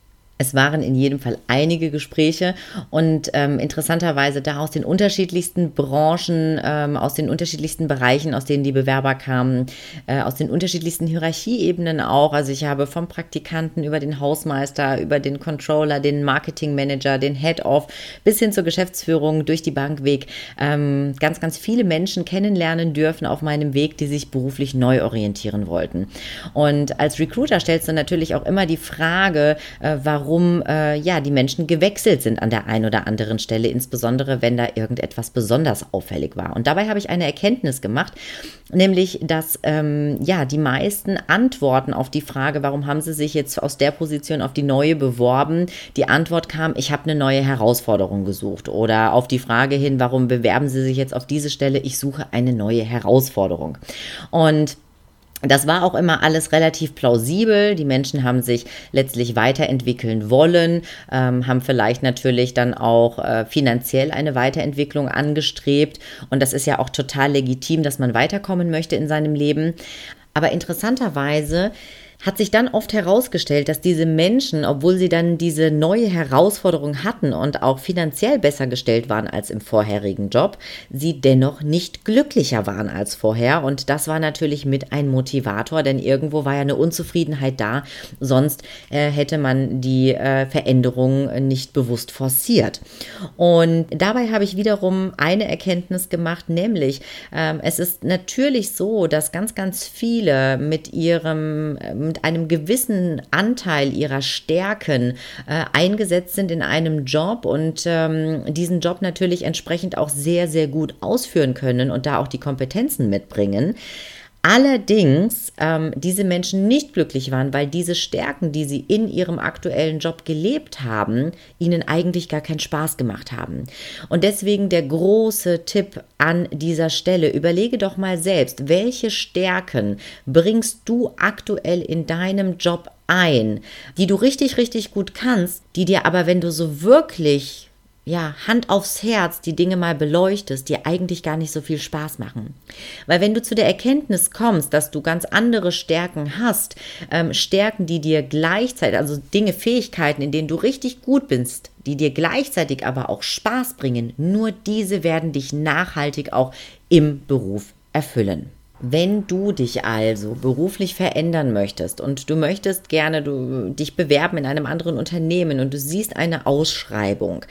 Es waren in jedem Fall einige Gespräche und ähm, interessanterweise da aus den unterschiedlichsten Branchen, ähm, aus den unterschiedlichsten Bereichen, aus denen die Bewerber kamen, äh, aus den unterschiedlichsten Hierarchieebenen auch. Also ich habe vom Praktikanten über den Hausmeister, über den Controller, den Marketingmanager, den Head-Off bis hin zur Geschäftsführung durch die Bank weg ähm, ganz, ganz viele Menschen kennenlernen dürfen auf meinem Weg, die sich beruflich neu orientieren wollten. Und als Recruiter stellst du natürlich auch immer die Frage, äh, warum Warum äh, ja, die Menschen gewechselt sind an der einen oder anderen Stelle, insbesondere wenn da irgendetwas besonders auffällig war. Und dabei habe ich eine Erkenntnis gemacht, nämlich, dass ähm, ja, die meisten Antworten auf die Frage, warum haben sie sich jetzt aus der Position auf die neue beworben, die Antwort kam: Ich habe eine neue Herausforderung gesucht. Oder auf die Frage hin, warum bewerben sie sich jetzt auf diese Stelle? Ich suche eine neue Herausforderung. Und das war auch immer alles relativ plausibel. Die Menschen haben sich letztlich weiterentwickeln wollen, ähm, haben vielleicht natürlich dann auch äh, finanziell eine Weiterentwicklung angestrebt. Und das ist ja auch total legitim, dass man weiterkommen möchte in seinem Leben. Aber interessanterweise hat sich dann oft herausgestellt, dass diese Menschen, obwohl sie dann diese neue Herausforderung hatten und auch finanziell besser gestellt waren als im vorherigen Job, sie dennoch nicht glücklicher waren als vorher. Und das war natürlich mit ein Motivator, denn irgendwo war ja eine Unzufriedenheit da, sonst äh, hätte man die äh, Veränderung nicht bewusst forciert. Und dabei habe ich wiederum eine Erkenntnis gemacht, nämlich ähm, es ist natürlich so, dass ganz, ganz viele mit ihrem mit einem gewissen Anteil ihrer Stärken äh, eingesetzt sind in einem Job und ähm, diesen Job natürlich entsprechend auch sehr, sehr gut ausführen können und da auch die Kompetenzen mitbringen. Allerdings ähm, diese Menschen nicht glücklich waren, weil diese Stärken, die sie in ihrem aktuellen Job gelebt haben, ihnen eigentlich gar keinen Spaß gemacht haben. Und deswegen der große Tipp an dieser Stelle: Überlege doch mal selbst, welche Stärken bringst du aktuell in deinem Job ein, die du richtig, richtig gut kannst, die dir aber, wenn du so wirklich ja, Hand aufs Herz die Dinge mal beleuchtest, die eigentlich gar nicht so viel Spaß machen. Weil wenn du zu der Erkenntnis kommst, dass du ganz andere Stärken hast, ähm, Stärken, die dir gleichzeitig, also Dinge, Fähigkeiten, in denen du richtig gut bist, die dir gleichzeitig aber auch Spaß bringen, nur diese werden dich nachhaltig auch im Beruf erfüllen. Wenn du dich also beruflich verändern möchtest und du möchtest gerne du, dich bewerben in einem anderen Unternehmen und du siehst eine Ausschreibung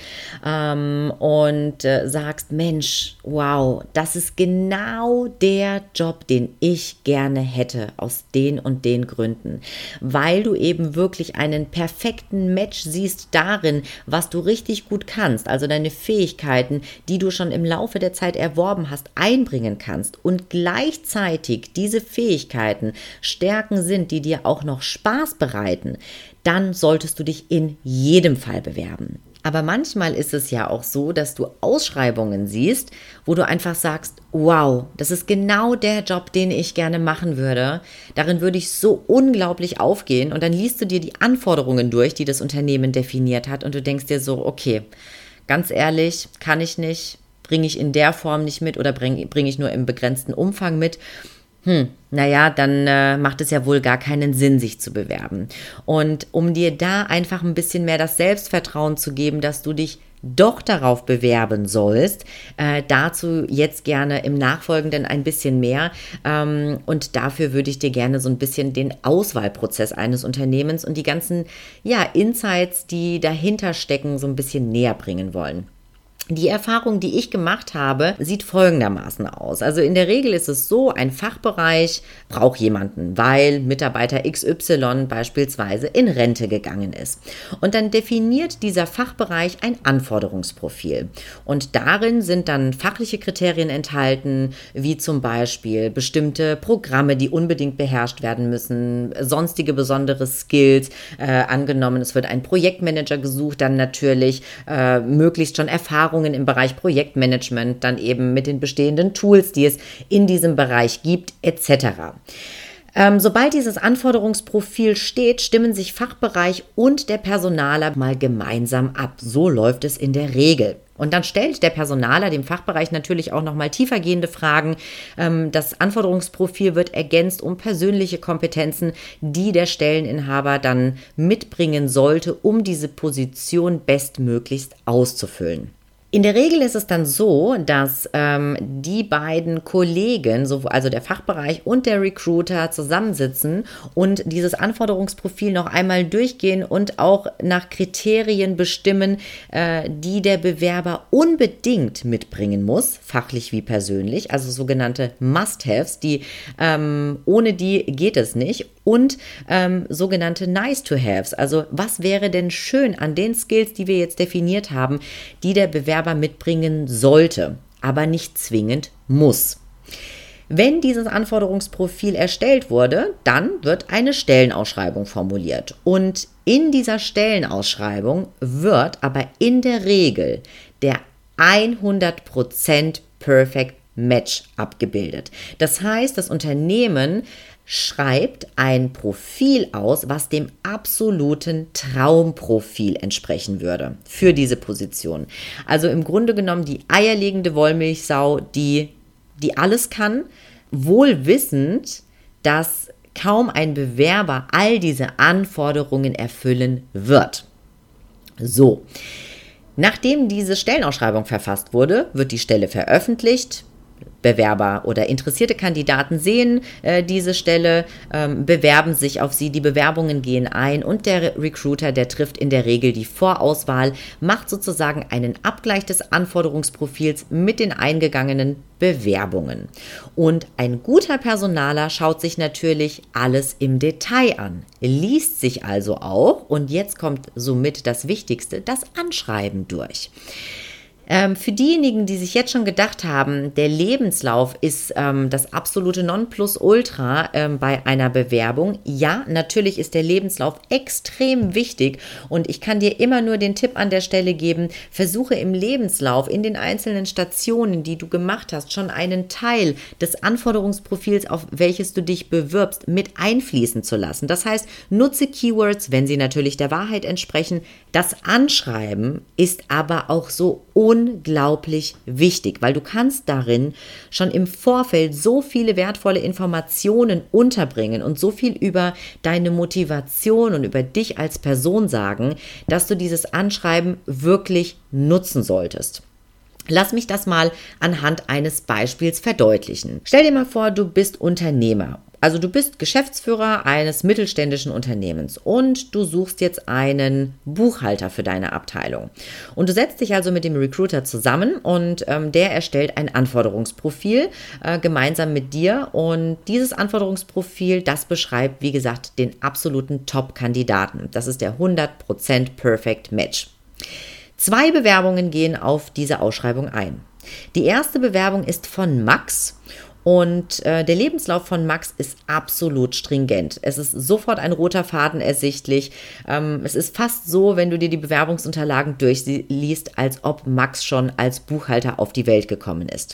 ähm, und äh, sagst, Mensch, wow, das ist genau der Job, den ich gerne hätte, aus den und den Gründen, weil du eben wirklich einen perfekten Match siehst darin, was du richtig gut kannst, also deine Fähigkeiten, die du schon im Laufe der Zeit erworben hast, einbringen kannst und gleichzeitig diese Fähigkeiten Stärken sind, die dir auch noch Spaß bereiten, dann solltest du dich in jedem Fall bewerben. Aber manchmal ist es ja auch so, dass du Ausschreibungen siehst, wo du einfach sagst, wow, das ist genau der Job, den ich gerne machen würde. Darin würde ich so unglaublich aufgehen. Und dann liest du dir die Anforderungen durch, die das Unternehmen definiert hat und du denkst dir so, okay, ganz ehrlich, kann ich nicht. Bringe ich in der Form nicht mit oder bringe bring ich nur im begrenzten Umfang mit? Hm, naja, dann äh, macht es ja wohl gar keinen Sinn, sich zu bewerben. Und um dir da einfach ein bisschen mehr das Selbstvertrauen zu geben, dass du dich doch darauf bewerben sollst, äh, dazu jetzt gerne im Nachfolgenden ein bisschen mehr ähm, und dafür würde ich dir gerne so ein bisschen den Auswahlprozess eines Unternehmens und die ganzen ja, Insights, die dahinter stecken, so ein bisschen näher bringen wollen. Die Erfahrung, die ich gemacht habe, sieht folgendermaßen aus. Also in der Regel ist es so, ein Fachbereich braucht jemanden, weil Mitarbeiter X Y beispielsweise in Rente gegangen ist. Und dann definiert dieser Fachbereich ein Anforderungsprofil. Und darin sind dann fachliche Kriterien enthalten, wie zum Beispiel bestimmte Programme, die unbedingt beherrscht werden müssen, sonstige besondere Skills. Äh, angenommen, es wird ein Projektmanager gesucht, dann natürlich äh, möglichst schon Erfahrung im Bereich Projektmanagement, dann eben mit den bestehenden Tools, die es in diesem Bereich gibt, et cetera. Ähm, sobald dieses Anforderungsprofil steht, stimmen sich Fachbereich und der Personaler mal gemeinsam ab. So läuft es in der Regel. Und dann stellt der Personaler dem Fachbereich natürlich auch nochmal tiefergehende Fragen. Ähm, das Anforderungsprofil wird ergänzt um persönliche Kompetenzen, die der Stelleninhaber dann mitbringen sollte, um diese Position bestmöglichst auszufüllen. In der Regel ist es dann so, dass ähm, die beiden Kollegen, so, also der Fachbereich und der Recruiter, zusammensitzen und dieses Anforderungsprofil noch einmal durchgehen und auch nach Kriterien bestimmen, äh, die der Bewerber unbedingt mitbringen muss, fachlich wie persönlich, also sogenannte Must-Haves, die ähm, ohne die geht es nicht. Und ähm, sogenannte Nice-to-Haves, also was wäre denn schön an den Skills, die wir jetzt definiert haben, die der Bewerber mitbringen sollte, aber nicht zwingend muss. Wenn dieses Anforderungsprofil erstellt wurde, dann wird eine Stellenausschreibung formuliert. Und in dieser Stellenausschreibung wird aber in der Regel der hundert Prozent Perfect Match abgebildet. Das heißt, das Unternehmen schreibt ein Profil aus, was dem absoluten Traumprofil entsprechen würde für diese Position. Also im Grunde genommen die eierlegende Wollmilchsau, die, die alles kann, wohl wissend, dass kaum ein Bewerber all diese Anforderungen erfüllen wird. So, nachdem diese Stellenausschreibung verfasst wurde, wird die Stelle veröffentlicht. Bewerber oder interessierte Kandidaten sehen äh, diese Stelle, ähm, bewerben sich auf sie, die Bewerbungen gehen ein und der Recruiter, der trifft in der Regel die Vorauswahl, macht sozusagen einen Abgleich des Anforderungsprofils mit den eingegangenen Bewerbungen. Und ein guter Personaler schaut sich natürlich alles im Detail an, liest sich also auch, und jetzt kommt somit das Wichtigste, das Anschreiben durch. Ähm, für diejenigen, die sich jetzt schon gedacht haben, der Lebenslauf ist ähm, das absolute Nonplusultra ähm, bei einer Bewerbung. Ja, natürlich ist der Lebenslauf extrem wichtig und ich kann dir immer nur den Tipp an der Stelle geben, versuche im Lebenslauf, in den einzelnen Stationen, die du gemacht hast, schon einen Teil des Anforderungsprofils, auf welches du dich bewirbst, mit einfließen zu lassen. Das heißt, nutze Keywords, wenn sie natürlich der Wahrheit entsprechen. Das Anschreiben ist aber auch so unglaublich wichtig, weil du kannst darin schon im Vorfeld so viele wertvolle Informationen unterbringen und so viel über deine Motivation und über dich als Person sagen, dass du dieses Anschreiben wirklich nutzen solltest. Lass mich das mal anhand eines Beispiels verdeutlichen. Stell dir mal vor, du bist Unternehmer. Also du bist Geschäftsführer eines mittelständischen Unternehmens und du suchst jetzt einen Buchhalter für deine Abteilung. Und du setzt dich also mit dem Recruiter zusammen und ähm, der erstellt ein Anforderungsprofil äh, gemeinsam mit dir. Und dieses Anforderungsprofil, das beschreibt, wie gesagt, den absoluten Top-Kandidaten. Das ist der hundert Prozent Perfect Match. Zwei Bewerbungen gehen auf diese Ausschreibung ein. Die erste Bewerbung ist von Max. Und äh, der Lebenslauf von Max ist absolut stringent. Es ist sofort ein roter Faden ersichtlich. Ähm, es ist fast so, wenn du dir die Bewerbungsunterlagen durchliest, als ob Max schon als Buchhalter auf die Welt gekommen ist.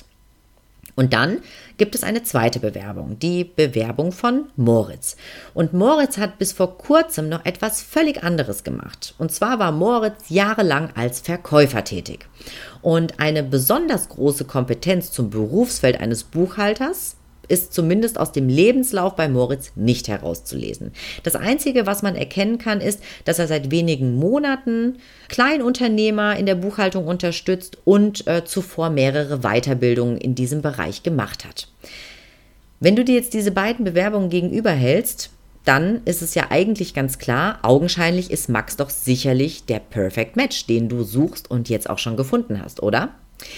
Und dann gibt es eine zweite Bewerbung, die Bewerbung von Moritz. Und Moritz hat bis vor kurzem noch etwas völlig anderes gemacht. Und zwar war Moritz jahrelang als Verkäufer tätig. Und eine besonders große Kompetenz zum Berufsfeld eines Buchhalters ist zumindest aus dem Lebenslauf bei Moritz nicht herauszulesen. Das Einzige, was man erkennen kann, ist, dass er seit wenigen Monaten Kleinunternehmer in der Buchhaltung unterstützt und äh, zuvor mehrere Weiterbildungen in diesem Bereich gemacht hat. Wenn du dir jetzt diese beiden Bewerbungen gegenüberhältst, dann ist es ja eigentlich ganz klar, augenscheinlich ist Max doch sicherlich der Perfect Match, den du suchst und jetzt auch schon gefunden hast, oder?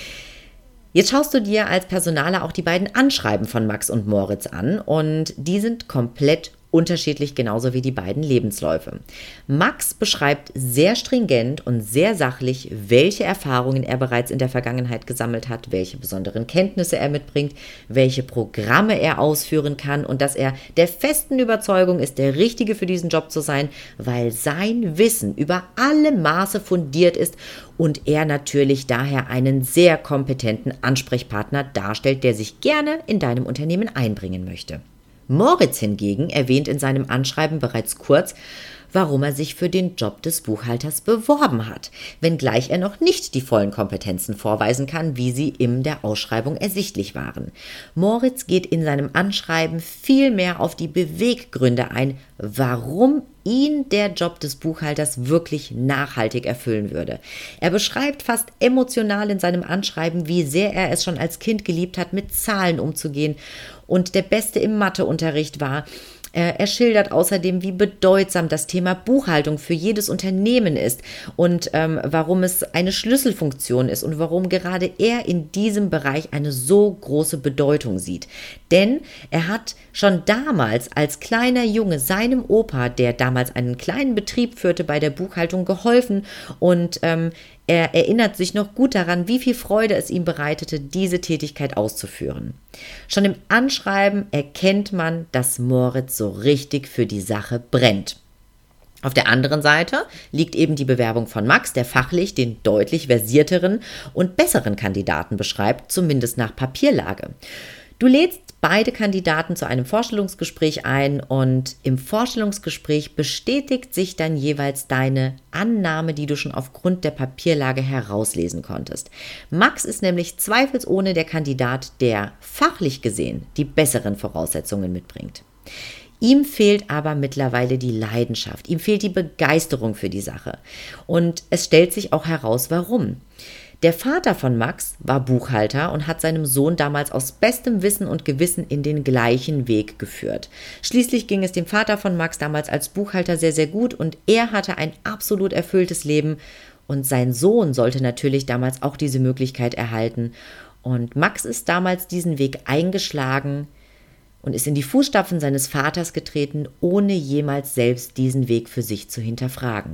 Jetzt schaust du dir als Personaler auch die beiden Anschreiben von Max und Moritz an und die sind komplett unterschiedlich, genauso wie die beiden Lebensläufe. Max beschreibt sehr stringent und sehr sachlich, welche Erfahrungen er bereits in der Vergangenheit gesammelt hat, welche besonderen Kenntnisse er mitbringt, welche Programme er ausführen kann und dass er der festen Überzeugung ist, der Richtige für diesen Job zu sein, weil sein Wissen über alle Maße fundiert ist und er natürlich daher einen sehr kompetenten Ansprechpartner darstellt, der sich gerne in deinem Unternehmen einbringen möchte. Moritz hingegen erwähnt in seinem Anschreiben bereits kurz, warum er sich für den Job des Buchhalters beworben hat, wenngleich er noch nicht die vollen Kompetenzen vorweisen kann, wie sie in der Ausschreibung ersichtlich waren. Moritz geht in seinem Anschreiben viel mehr auf die Beweggründe ein, warum ihn der Job des Buchhalters wirklich nachhaltig erfüllen würde. Er beschreibt fast emotional in seinem Anschreiben, wie sehr er es schon als Kind geliebt hat, mit Zahlen umzugehen und der Beste im Matheunterricht war. Er schildert außerdem, wie bedeutsam das Thema Buchhaltung für jedes Unternehmen ist und ähm, warum es eine Schlüsselfunktion ist und warum gerade er in diesem Bereich eine so große Bedeutung sieht. Denn er hat schon damals als kleiner Junge seinem Opa, der damals einen kleinen Betrieb führte, bei der Buchhaltung geholfen und ähm, er erinnert sich noch gut daran, wie viel Freude es ihm bereitete, diese Tätigkeit auszuführen. Schon im Anschreiben erkennt man, dass Moritz so richtig für die Sache brennt. Auf der anderen Seite liegt eben die Bewerbung von Max, der fachlich den deutlich versierteren und besseren Kandidaten beschreibt, zumindest nach Papierlage. Du lädst beide Kandidaten zu einem Vorstellungsgespräch ein und im Vorstellungsgespräch bestätigt sich dann jeweils deine Annahme, die du schon aufgrund der Papierlage herauslesen konntest. Max ist nämlich zweifelsohne der Kandidat, der fachlich gesehen die besseren Voraussetzungen mitbringt. Ihm fehlt aber mittlerweile die Leidenschaft, ihm fehlt die Begeisterung für die Sache und es stellt sich auch heraus, warum. Der Vater von Max war Buchhalter und hat seinem Sohn damals aus bestem Wissen und Gewissen in den gleichen Weg geführt. Schließlich ging es dem Vater von Max damals als Buchhalter sehr, sehr gut und er hatte ein absolut erfülltes Leben und sein Sohn sollte natürlich damals auch diese Möglichkeit erhalten. Und Max ist damals diesen Weg eingeschlagen und ist in die Fußstapfen seines Vaters getreten, ohne jemals selbst diesen Weg für sich zu hinterfragen.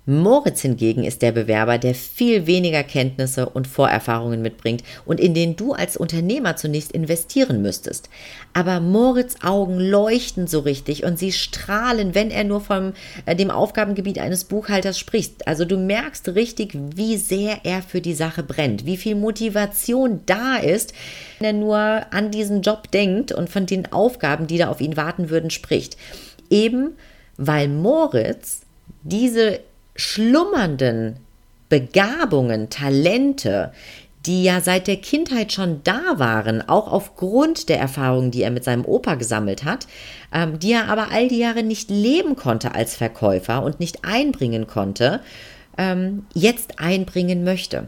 Moritz hingegen ist der Bewerber, der viel weniger Kenntnisse und Vorerfahrungen mitbringt und in den du als Unternehmer zunächst investieren müsstest. Aber Moritz' Augen leuchten so richtig und sie strahlen, wenn er nur von äh, dem Aufgabengebiet eines Buchhalters spricht. Also du merkst richtig, wie sehr er für die Sache brennt, wie viel Motivation da ist, wenn er nur an diesen Job denkt und von den Aufgaben, die da auf ihn warten würden, spricht. Eben weil Moritz diese schlummernden Begabungen, Talente, die ja seit der Kindheit schon da waren, auch aufgrund der Erfahrungen, die er mit seinem Opa gesammelt hat, ähm, die er aber all die Jahre nicht leben konnte als Verkäufer und nicht einbringen konnte, ähm, jetzt einbringen möchte.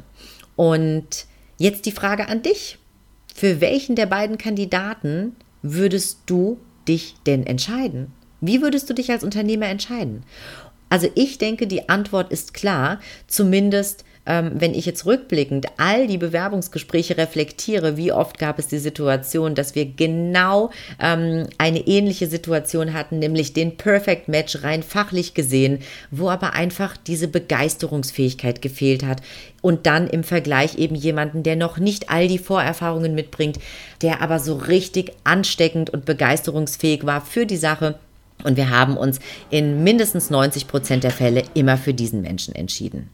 Und jetzt die Frage an dich. Für welchen der beiden Kandidaten würdest du dich denn entscheiden? Wie würdest du dich als Unternehmer entscheiden? Also ich denke, die Antwort ist klar, zumindest ähm, wenn ich jetzt rückblickend all die Bewerbungsgespräche reflektiere, wie oft gab es die Situation, dass wir genau ähm, eine ähnliche Situation hatten, nämlich den Perfect Match rein fachlich gesehen, wo aber einfach diese Begeisterungsfähigkeit gefehlt hat und dann im Vergleich eben jemanden, der noch nicht all die Vorerfahrungen mitbringt, der aber so richtig ansteckend und begeisterungsfähig war für die Sache. Und wir haben uns in mindestens neunzig Prozent der Fälle immer für diesen Menschen entschieden.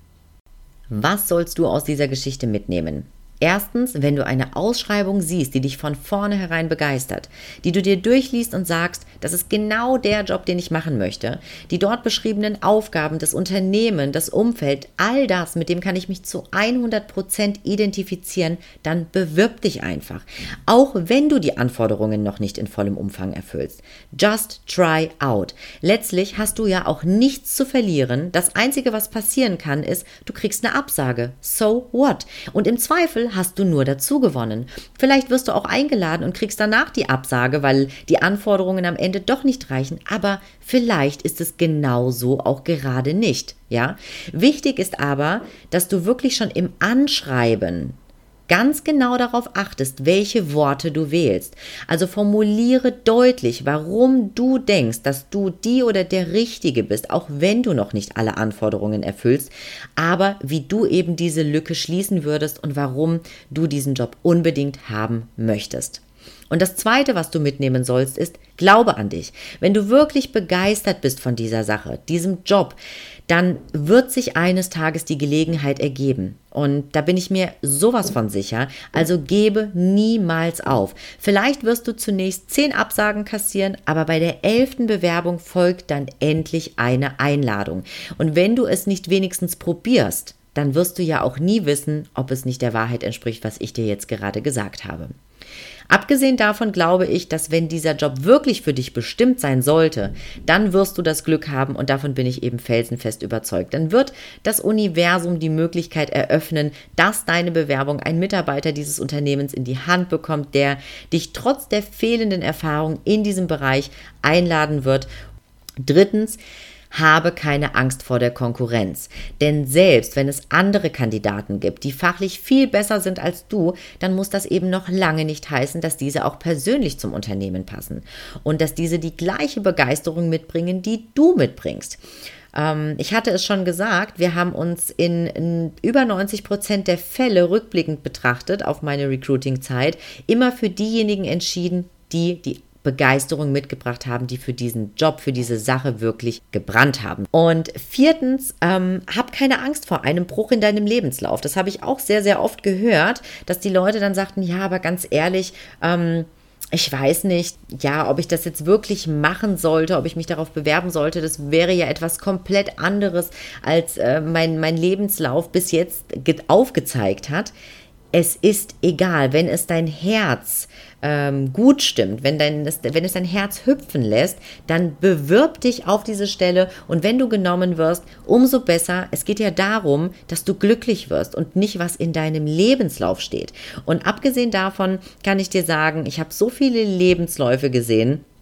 Was sollst du aus dieser Geschichte mitnehmen? Erstens, wenn du eine Ausschreibung siehst, die dich von vornherein begeistert, die du dir durchliest und sagst, das ist genau der Job, den ich machen möchte, die dort beschriebenen Aufgaben, das Unternehmen, das Umfeld, all das, mit dem kann ich mich zu hundert Prozent identifizieren, dann bewirb dich einfach. Auch wenn du die Anforderungen noch nicht in vollem Umfang erfüllst. Just try out. Letztlich hast du ja auch nichts zu verlieren. Das Einzige, was passieren kann, ist, du kriegst eine Absage. So what? Und im Zweifel hast du nur dazu gewonnen. Vielleicht wirst du auch eingeladen und kriegst danach die Absage, weil die Anforderungen am Ende doch nicht reichen, aber vielleicht ist es genauso auch gerade nicht, ja? Wichtig ist aber, dass du wirklich schon im Anschreiben ganz genau darauf achtest, welche Worte du wählst. Also formuliere deutlich, warum du denkst, dass du die oder der Richtige bist, auch wenn du noch nicht alle Anforderungen erfüllst, aber wie du eben diese Lücke schließen würdest und warum du diesen Job unbedingt haben möchtest. Und das Zweite, was du mitnehmen sollst, ist, glaube an dich. Wenn du wirklich begeistert bist von dieser Sache, diesem Job, dann wird sich eines Tages die Gelegenheit ergeben. Und da bin ich mir sowas von sicher. Also gebe niemals auf. Vielleicht wirst du zunächst zehn Absagen kassieren, aber bei der elften Bewerbung folgt dann endlich eine Einladung. Und wenn du es nicht wenigstens probierst, dann wirst du ja auch nie wissen, ob es nicht der Wahrheit entspricht, was ich dir jetzt gerade gesagt habe. Abgesehen davon glaube ich, dass wenn dieser Job wirklich für dich bestimmt sein sollte, dann wirst du das Glück haben und davon bin ich eben felsenfest überzeugt. Dann wird das Universum die Möglichkeit eröffnen, dass deine Bewerbung ein Mitarbeiter dieses Unternehmens in die Hand bekommt, der dich trotz der fehlenden Erfahrung in diesem Bereich einladen wird. Drittens, habe keine Angst vor der Konkurrenz, denn selbst wenn es andere Kandidaten gibt, die fachlich viel besser sind als du, dann muss das eben noch lange nicht heißen, dass diese auch persönlich zum Unternehmen passen und dass diese die gleiche Begeisterung mitbringen, die du mitbringst. Ähm, ich hatte es schon gesagt, wir haben uns in, in über neunzig Prozent der Fälle rückblickend betrachtet auf meine Recruiting-Zeit immer für diejenigen entschieden, die die Begeisterung mitgebracht haben, die für diesen Job, für diese Sache wirklich gebrannt haben. Und viertens, ähm, hab keine Angst vor einem Bruch in deinem Lebenslauf. Das habe ich auch sehr, sehr oft gehört, dass die Leute dann sagten, ja, aber ganz ehrlich, ähm, ich weiß nicht, ja, ob ich das jetzt wirklich machen sollte, ob ich mich darauf bewerben sollte. Das wäre ja etwas komplett anderes, als äh, mein, mein Lebenslauf bis jetzt aufgezeigt hat. Es ist egal, wenn es dein Herz ähm, gut stimmt, wenn, dein, wenn es dein Herz hüpfen lässt, dann bewirb dich auf diese Stelle und wenn du genommen wirst, umso besser. Es geht ja darum, dass du glücklich wirst und nicht, was in deinem Lebenslauf steht. Und abgesehen davon kann ich dir sagen, ich habe so viele Lebensläufe gesehen,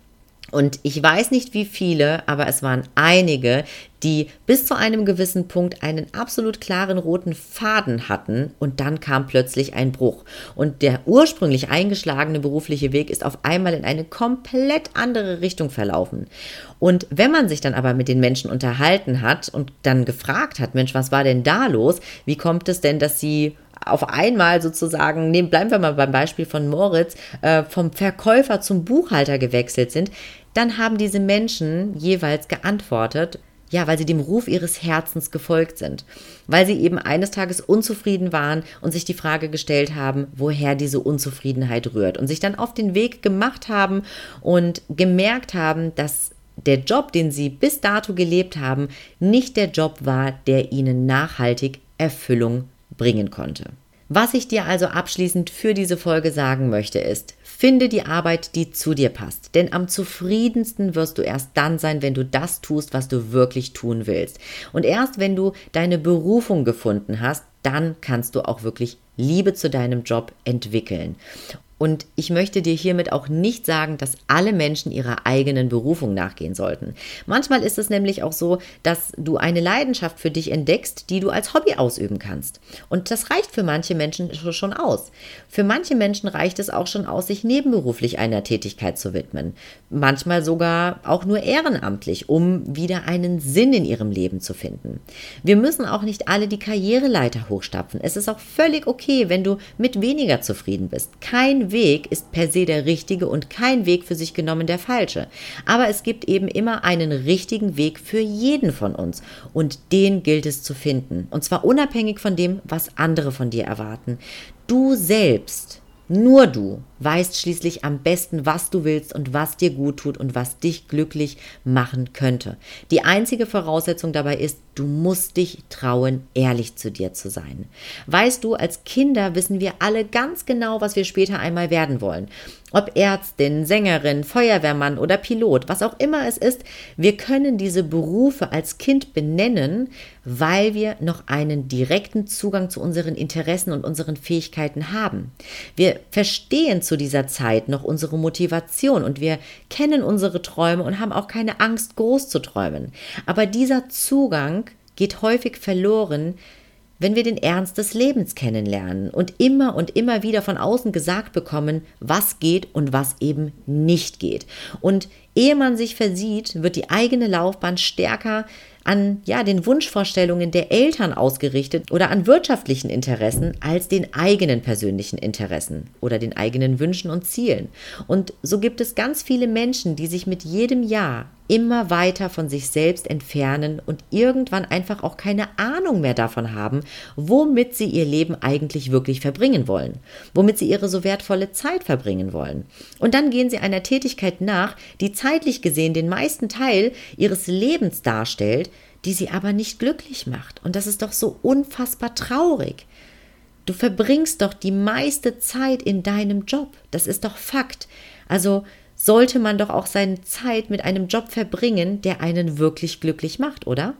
Und ich weiß nicht wie viele, aber es waren einige, die bis zu einem gewissen Punkt einen absolut klaren roten Faden hatten und dann kam plötzlich ein Bruch. Und der ursprünglich eingeschlagene berufliche Weg ist auf einmal in eine komplett andere Richtung verlaufen. Und wenn man sich dann aber mit den Menschen unterhalten hat und dann gefragt hat, Mensch, was war denn da los? Wie kommt es denn, dass sie auf einmal sozusagen, nehmen, bleiben wir mal beim Beispiel von Moritz, äh, vom Verkäufer zum Buchhalter gewechselt sind, dann haben diese Menschen jeweils geantwortet, ja, weil sie dem Ruf ihres Herzens gefolgt sind, weil sie eben eines Tages unzufrieden waren und sich die Frage gestellt haben, woher diese Unzufriedenheit rührt und sich dann auf den Weg gemacht haben und gemerkt haben, dass der Job, den sie bis dato gelebt haben, nicht der Job war, der ihnen nachhaltig Erfüllung bringen konnte. Was ich dir also abschließend für diese Folge sagen möchte ist, finde die Arbeit, die zu dir passt. Denn am zufriedensten wirst du erst dann sein, wenn du das tust, was du wirklich tun willst. Und erst wenn du deine Berufung gefunden hast, dann kannst du auch wirklich Liebe zu deinem Job entwickeln. Und ich möchte dir hiermit auch nicht sagen, dass alle Menschen ihrer eigenen Berufung nachgehen sollten. Manchmal ist es nämlich auch so, dass du eine Leidenschaft für dich entdeckst, die du als Hobby ausüben kannst. Und das reicht für manche Menschen schon aus. Für manche Menschen reicht es auch schon aus, sich nebenberuflich einer Tätigkeit zu widmen. Manchmal sogar auch nur ehrenamtlich, um wieder einen Sinn in ihrem Leben zu finden. Wir müssen auch nicht alle die Karriereleiter hochstapfen. Es ist auch völlig okay, wenn du mit weniger zufrieden bist. Kein Weg ist per se der richtige und kein Weg für sich genommen der falsche. Aber es gibt eben immer einen richtigen Weg für jeden von uns und den gilt es zu finden. Und zwar unabhängig von dem, was andere von dir erwarten. Du selbst, nur du, weißt schließlich am besten, was du willst und was dir gut tut und was dich glücklich machen könnte. Die einzige Voraussetzung dabei ist, du musst dich trauen, ehrlich zu dir zu sein. Weißt du, als Kinder wissen wir alle ganz genau, was wir später einmal werden wollen. Ob Ärztin, Sängerin, Feuerwehrmann oder Pilot, was auch immer es ist, wir können diese Berufe als Kind benennen, weil wir noch einen direkten Zugang zu unseren Interessen und unseren Fähigkeiten haben. Wir verstehen zu dieser Zeit noch unsere Motivation und wir kennen unsere Träume und haben auch keine Angst, groß zu träumen. Aber dieser Zugang geht häufig verloren, wenn wir den Ernst des Lebens kennenlernen und immer und immer wieder von außen gesagt bekommen, was geht und was eben nicht geht. Und ehe man sich versieht, wird die eigene Laufbahn stärker an ja, den Wunschvorstellungen der Eltern ausgerichtet oder an wirtschaftlichen Interessen als den eigenen persönlichen Interessen oder den eigenen Wünschen und Zielen. Und so gibt es ganz viele Menschen, die sich mit jedem Jahr immer weiter von sich selbst entfernen und irgendwann einfach auch keine Ahnung mehr davon haben, womit sie ihr Leben eigentlich wirklich verbringen wollen, womit sie ihre so wertvolle Zeit verbringen wollen. Und dann gehen sie einer Tätigkeit nach, die zeitlich gesehen den meisten Teil ihres Lebens darstellt, die sie aber nicht glücklich macht. Und das ist doch so unfassbar traurig. Du verbringst doch die meiste Zeit in deinem Job. Das ist doch Fakt. Also sollte man doch auch seine Zeit mit einem Job verbringen, der einen wirklich glücklich macht, oder?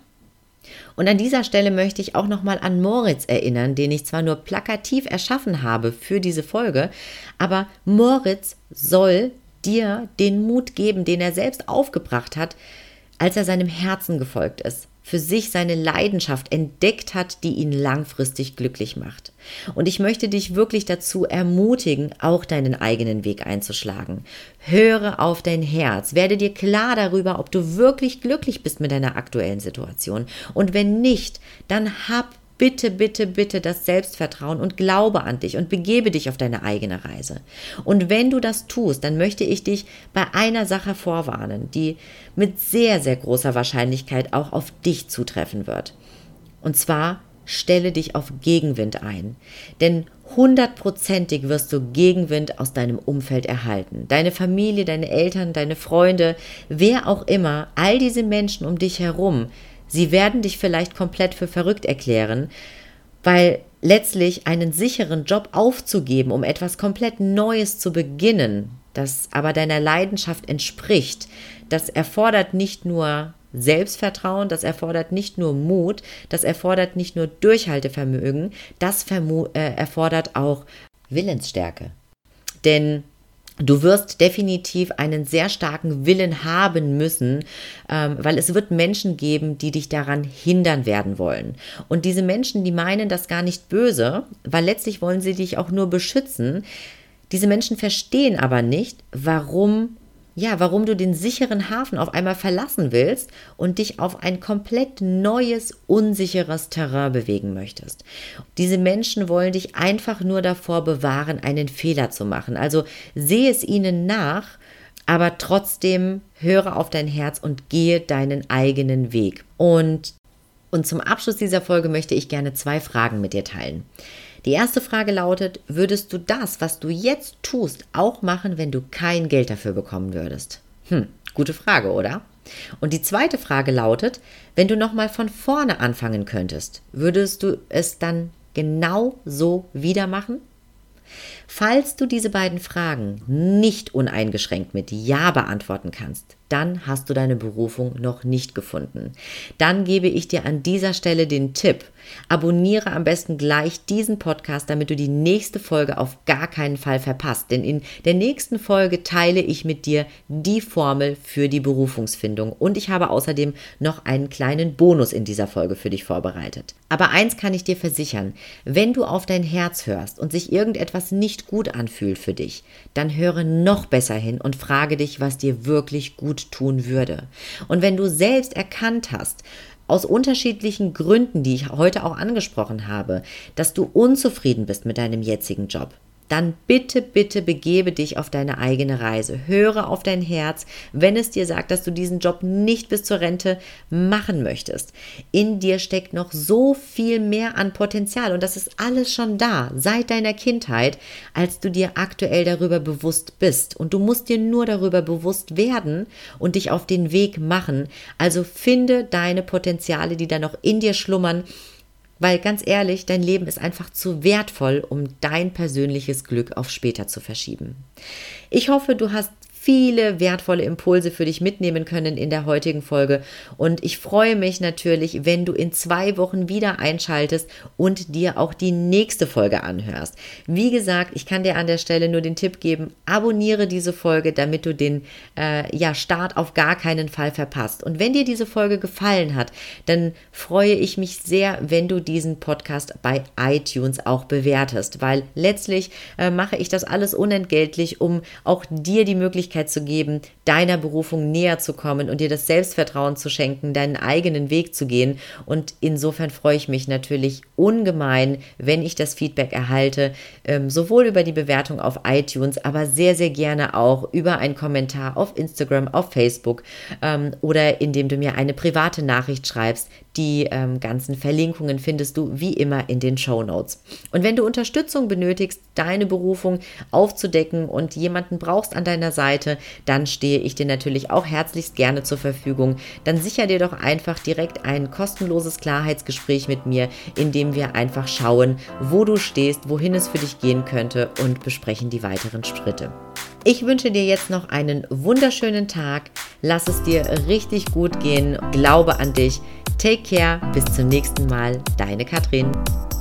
Und an dieser Stelle möchte ich auch nochmal an Moritz erinnern, den ich zwar nur plakativ erschaffen habe für diese Folge, aber Moritz soll dir den Mut geben, den er selbst aufgebracht hat, als er seinem Herzen gefolgt ist, für sich seine Leidenschaft entdeckt hat, die ihn langfristig glücklich macht. Und ich möchte dich wirklich dazu ermutigen, auch deinen eigenen Weg einzuschlagen. Höre auf dein Herz, werde dir klar darüber, ob du wirklich glücklich bist mit deiner aktuellen Situation. Und wenn nicht, dann hab bitte, bitte, bitte das Selbstvertrauen und glaube an dich und begebe dich auf deine eigene Reise. Und wenn du das tust, dann möchte ich dich bei einer Sache vorwarnen, die mit sehr, sehr großer Wahrscheinlichkeit auch auf dich zutreffen wird. Und zwar stelle dich auf Gegenwind ein. Denn hundertprozentig wirst du Gegenwind aus deinem Umfeld erhalten. Deine Familie, deine Eltern, deine Freunde, wer auch immer, all diese Menschen um dich herum, sie werden dich vielleicht komplett für verrückt erklären, weil letztlich einen sicheren Job aufzugeben, um etwas komplett Neues zu beginnen, das aber deiner Leidenschaft entspricht, das erfordert nicht nur Selbstvertrauen, das erfordert nicht nur Mut, das erfordert nicht nur Durchhaltevermögen, das vermu- äh, erfordert auch Willensstärke. Denn Du wirst definitiv einen sehr starken Willen haben müssen, ähm, weil es wird Menschen geben, die dich daran hindern werden wollen. Und diese Menschen, die meinen das gar nicht böse, weil letztlich wollen sie dich auch nur beschützen. Diese Menschen verstehen aber nicht, warum Ja, warum du den sicheren Hafen auf einmal verlassen willst und dich auf ein komplett neues, unsicheres Terrain bewegen möchtest. Diese Menschen wollen dich einfach nur davor bewahren, einen Fehler zu machen. Also sehe es ihnen nach, aber trotzdem höre auf dein Herz und gehe deinen eigenen Weg. Und, und zum Abschluss dieser Folge möchte ich gerne zwei Fragen mit dir teilen. Die erste Frage lautet, würdest du das, was du jetzt tust, auch machen, wenn du kein Geld dafür bekommen würdest? Hm, gute Frage, oder? Und die zweite Frage lautet, wenn du nochmal von vorne anfangen könntest, würdest du es dann genau so wieder machen? Falls du diese beiden Fragen nicht uneingeschränkt mit Ja beantworten kannst, dann hast du deine Berufung noch nicht gefunden. Dann gebe ich dir an dieser Stelle den Tipp, abonniere am besten gleich diesen Podcast, damit du die nächste Folge auf gar keinen Fall verpasst. Denn in der nächsten Folge teile ich mit dir die Formel für die Berufungsfindung. Und ich habe außerdem noch einen kleinen Bonus in dieser Folge für dich vorbereitet. Aber eins kann ich dir versichern, wenn du auf dein Herz hörst und sich irgendetwas nicht gut anfühlt für dich, dann höre noch besser hin und frage dich, was dir wirklich gut tun würde. Und wenn du selbst erkannt hast, aus unterschiedlichen Gründen, die ich heute auch angesprochen habe, dass du unzufrieden bist mit deinem jetzigen Job, dann bitte, bitte begebe dich auf deine eigene Reise. Höre auf dein Herz, wenn es dir sagt, dass du diesen Job nicht bis zur Rente machen möchtest. In dir steckt noch so viel mehr an Potenzial und das ist alles schon da, seit deiner Kindheit, als du dir aktuell darüber bewusst bist. Und du musst dir nur darüber bewusst werden und dich auf den Weg machen. Also finde deine Potenziale, die da noch in dir schlummern, weil ganz ehrlich, dein Leben ist einfach zu wertvoll, um dein persönliches Glück auf später zu verschieben. Ich hoffe, du hast viele wertvolle Impulse für dich mitnehmen können in der heutigen Folge und ich freue mich natürlich, wenn du in zwei Wochen wieder einschaltest und dir auch die nächste Folge anhörst. Wie gesagt, ich kann dir an der Stelle nur den Tipp geben, abonniere diese Folge, damit du den äh, ja, Start auf gar keinen Fall verpasst. Und wenn dir diese Folge gefallen hat, dann freue ich mich sehr, wenn du diesen Podcast bei iTunes auch bewertest, weil letztlich äh, mache ich das alles unentgeltlich, um auch dir die Möglichkeit zu geben, deiner Berufung näher zu kommen und dir das Selbstvertrauen zu schenken, deinen eigenen Weg zu gehen. Und insofern freue ich mich natürlich ungemein, wenn ich das Feedback erhalte, ähm, sowohl über die Bewertung auf iTunes, aber sehr, sehr gerne auch über einen Kommentar auf Instagram, auf Facebook ähm, oder indem du mir eine private Nachricht schreibst. Die ähm, ganzen Verlinkungen findest du wie immer in den Shownotes. Und wenn du Unterstützung benötigst, deine Berufung aufzudecken und jemanden brauchst an deiner Seite, dann stehe ich dir natürlich auch herzlichst gerne zur Verfügung. Dann sicher dir doch einfach direkt ein kostenloses Klarheitsgespräch mit mir, in dem wir einfach schauen, wo du stehst, wohin es für dich gehen könnte und besprechen die weiteren Schritte. Ich wünsche dir jetzt noch einen wunderschönen Tag. Lass es dir richtig gut gehen. Glaube an dich. Take care. Bis zum nächsten Mal. Deine Katrin.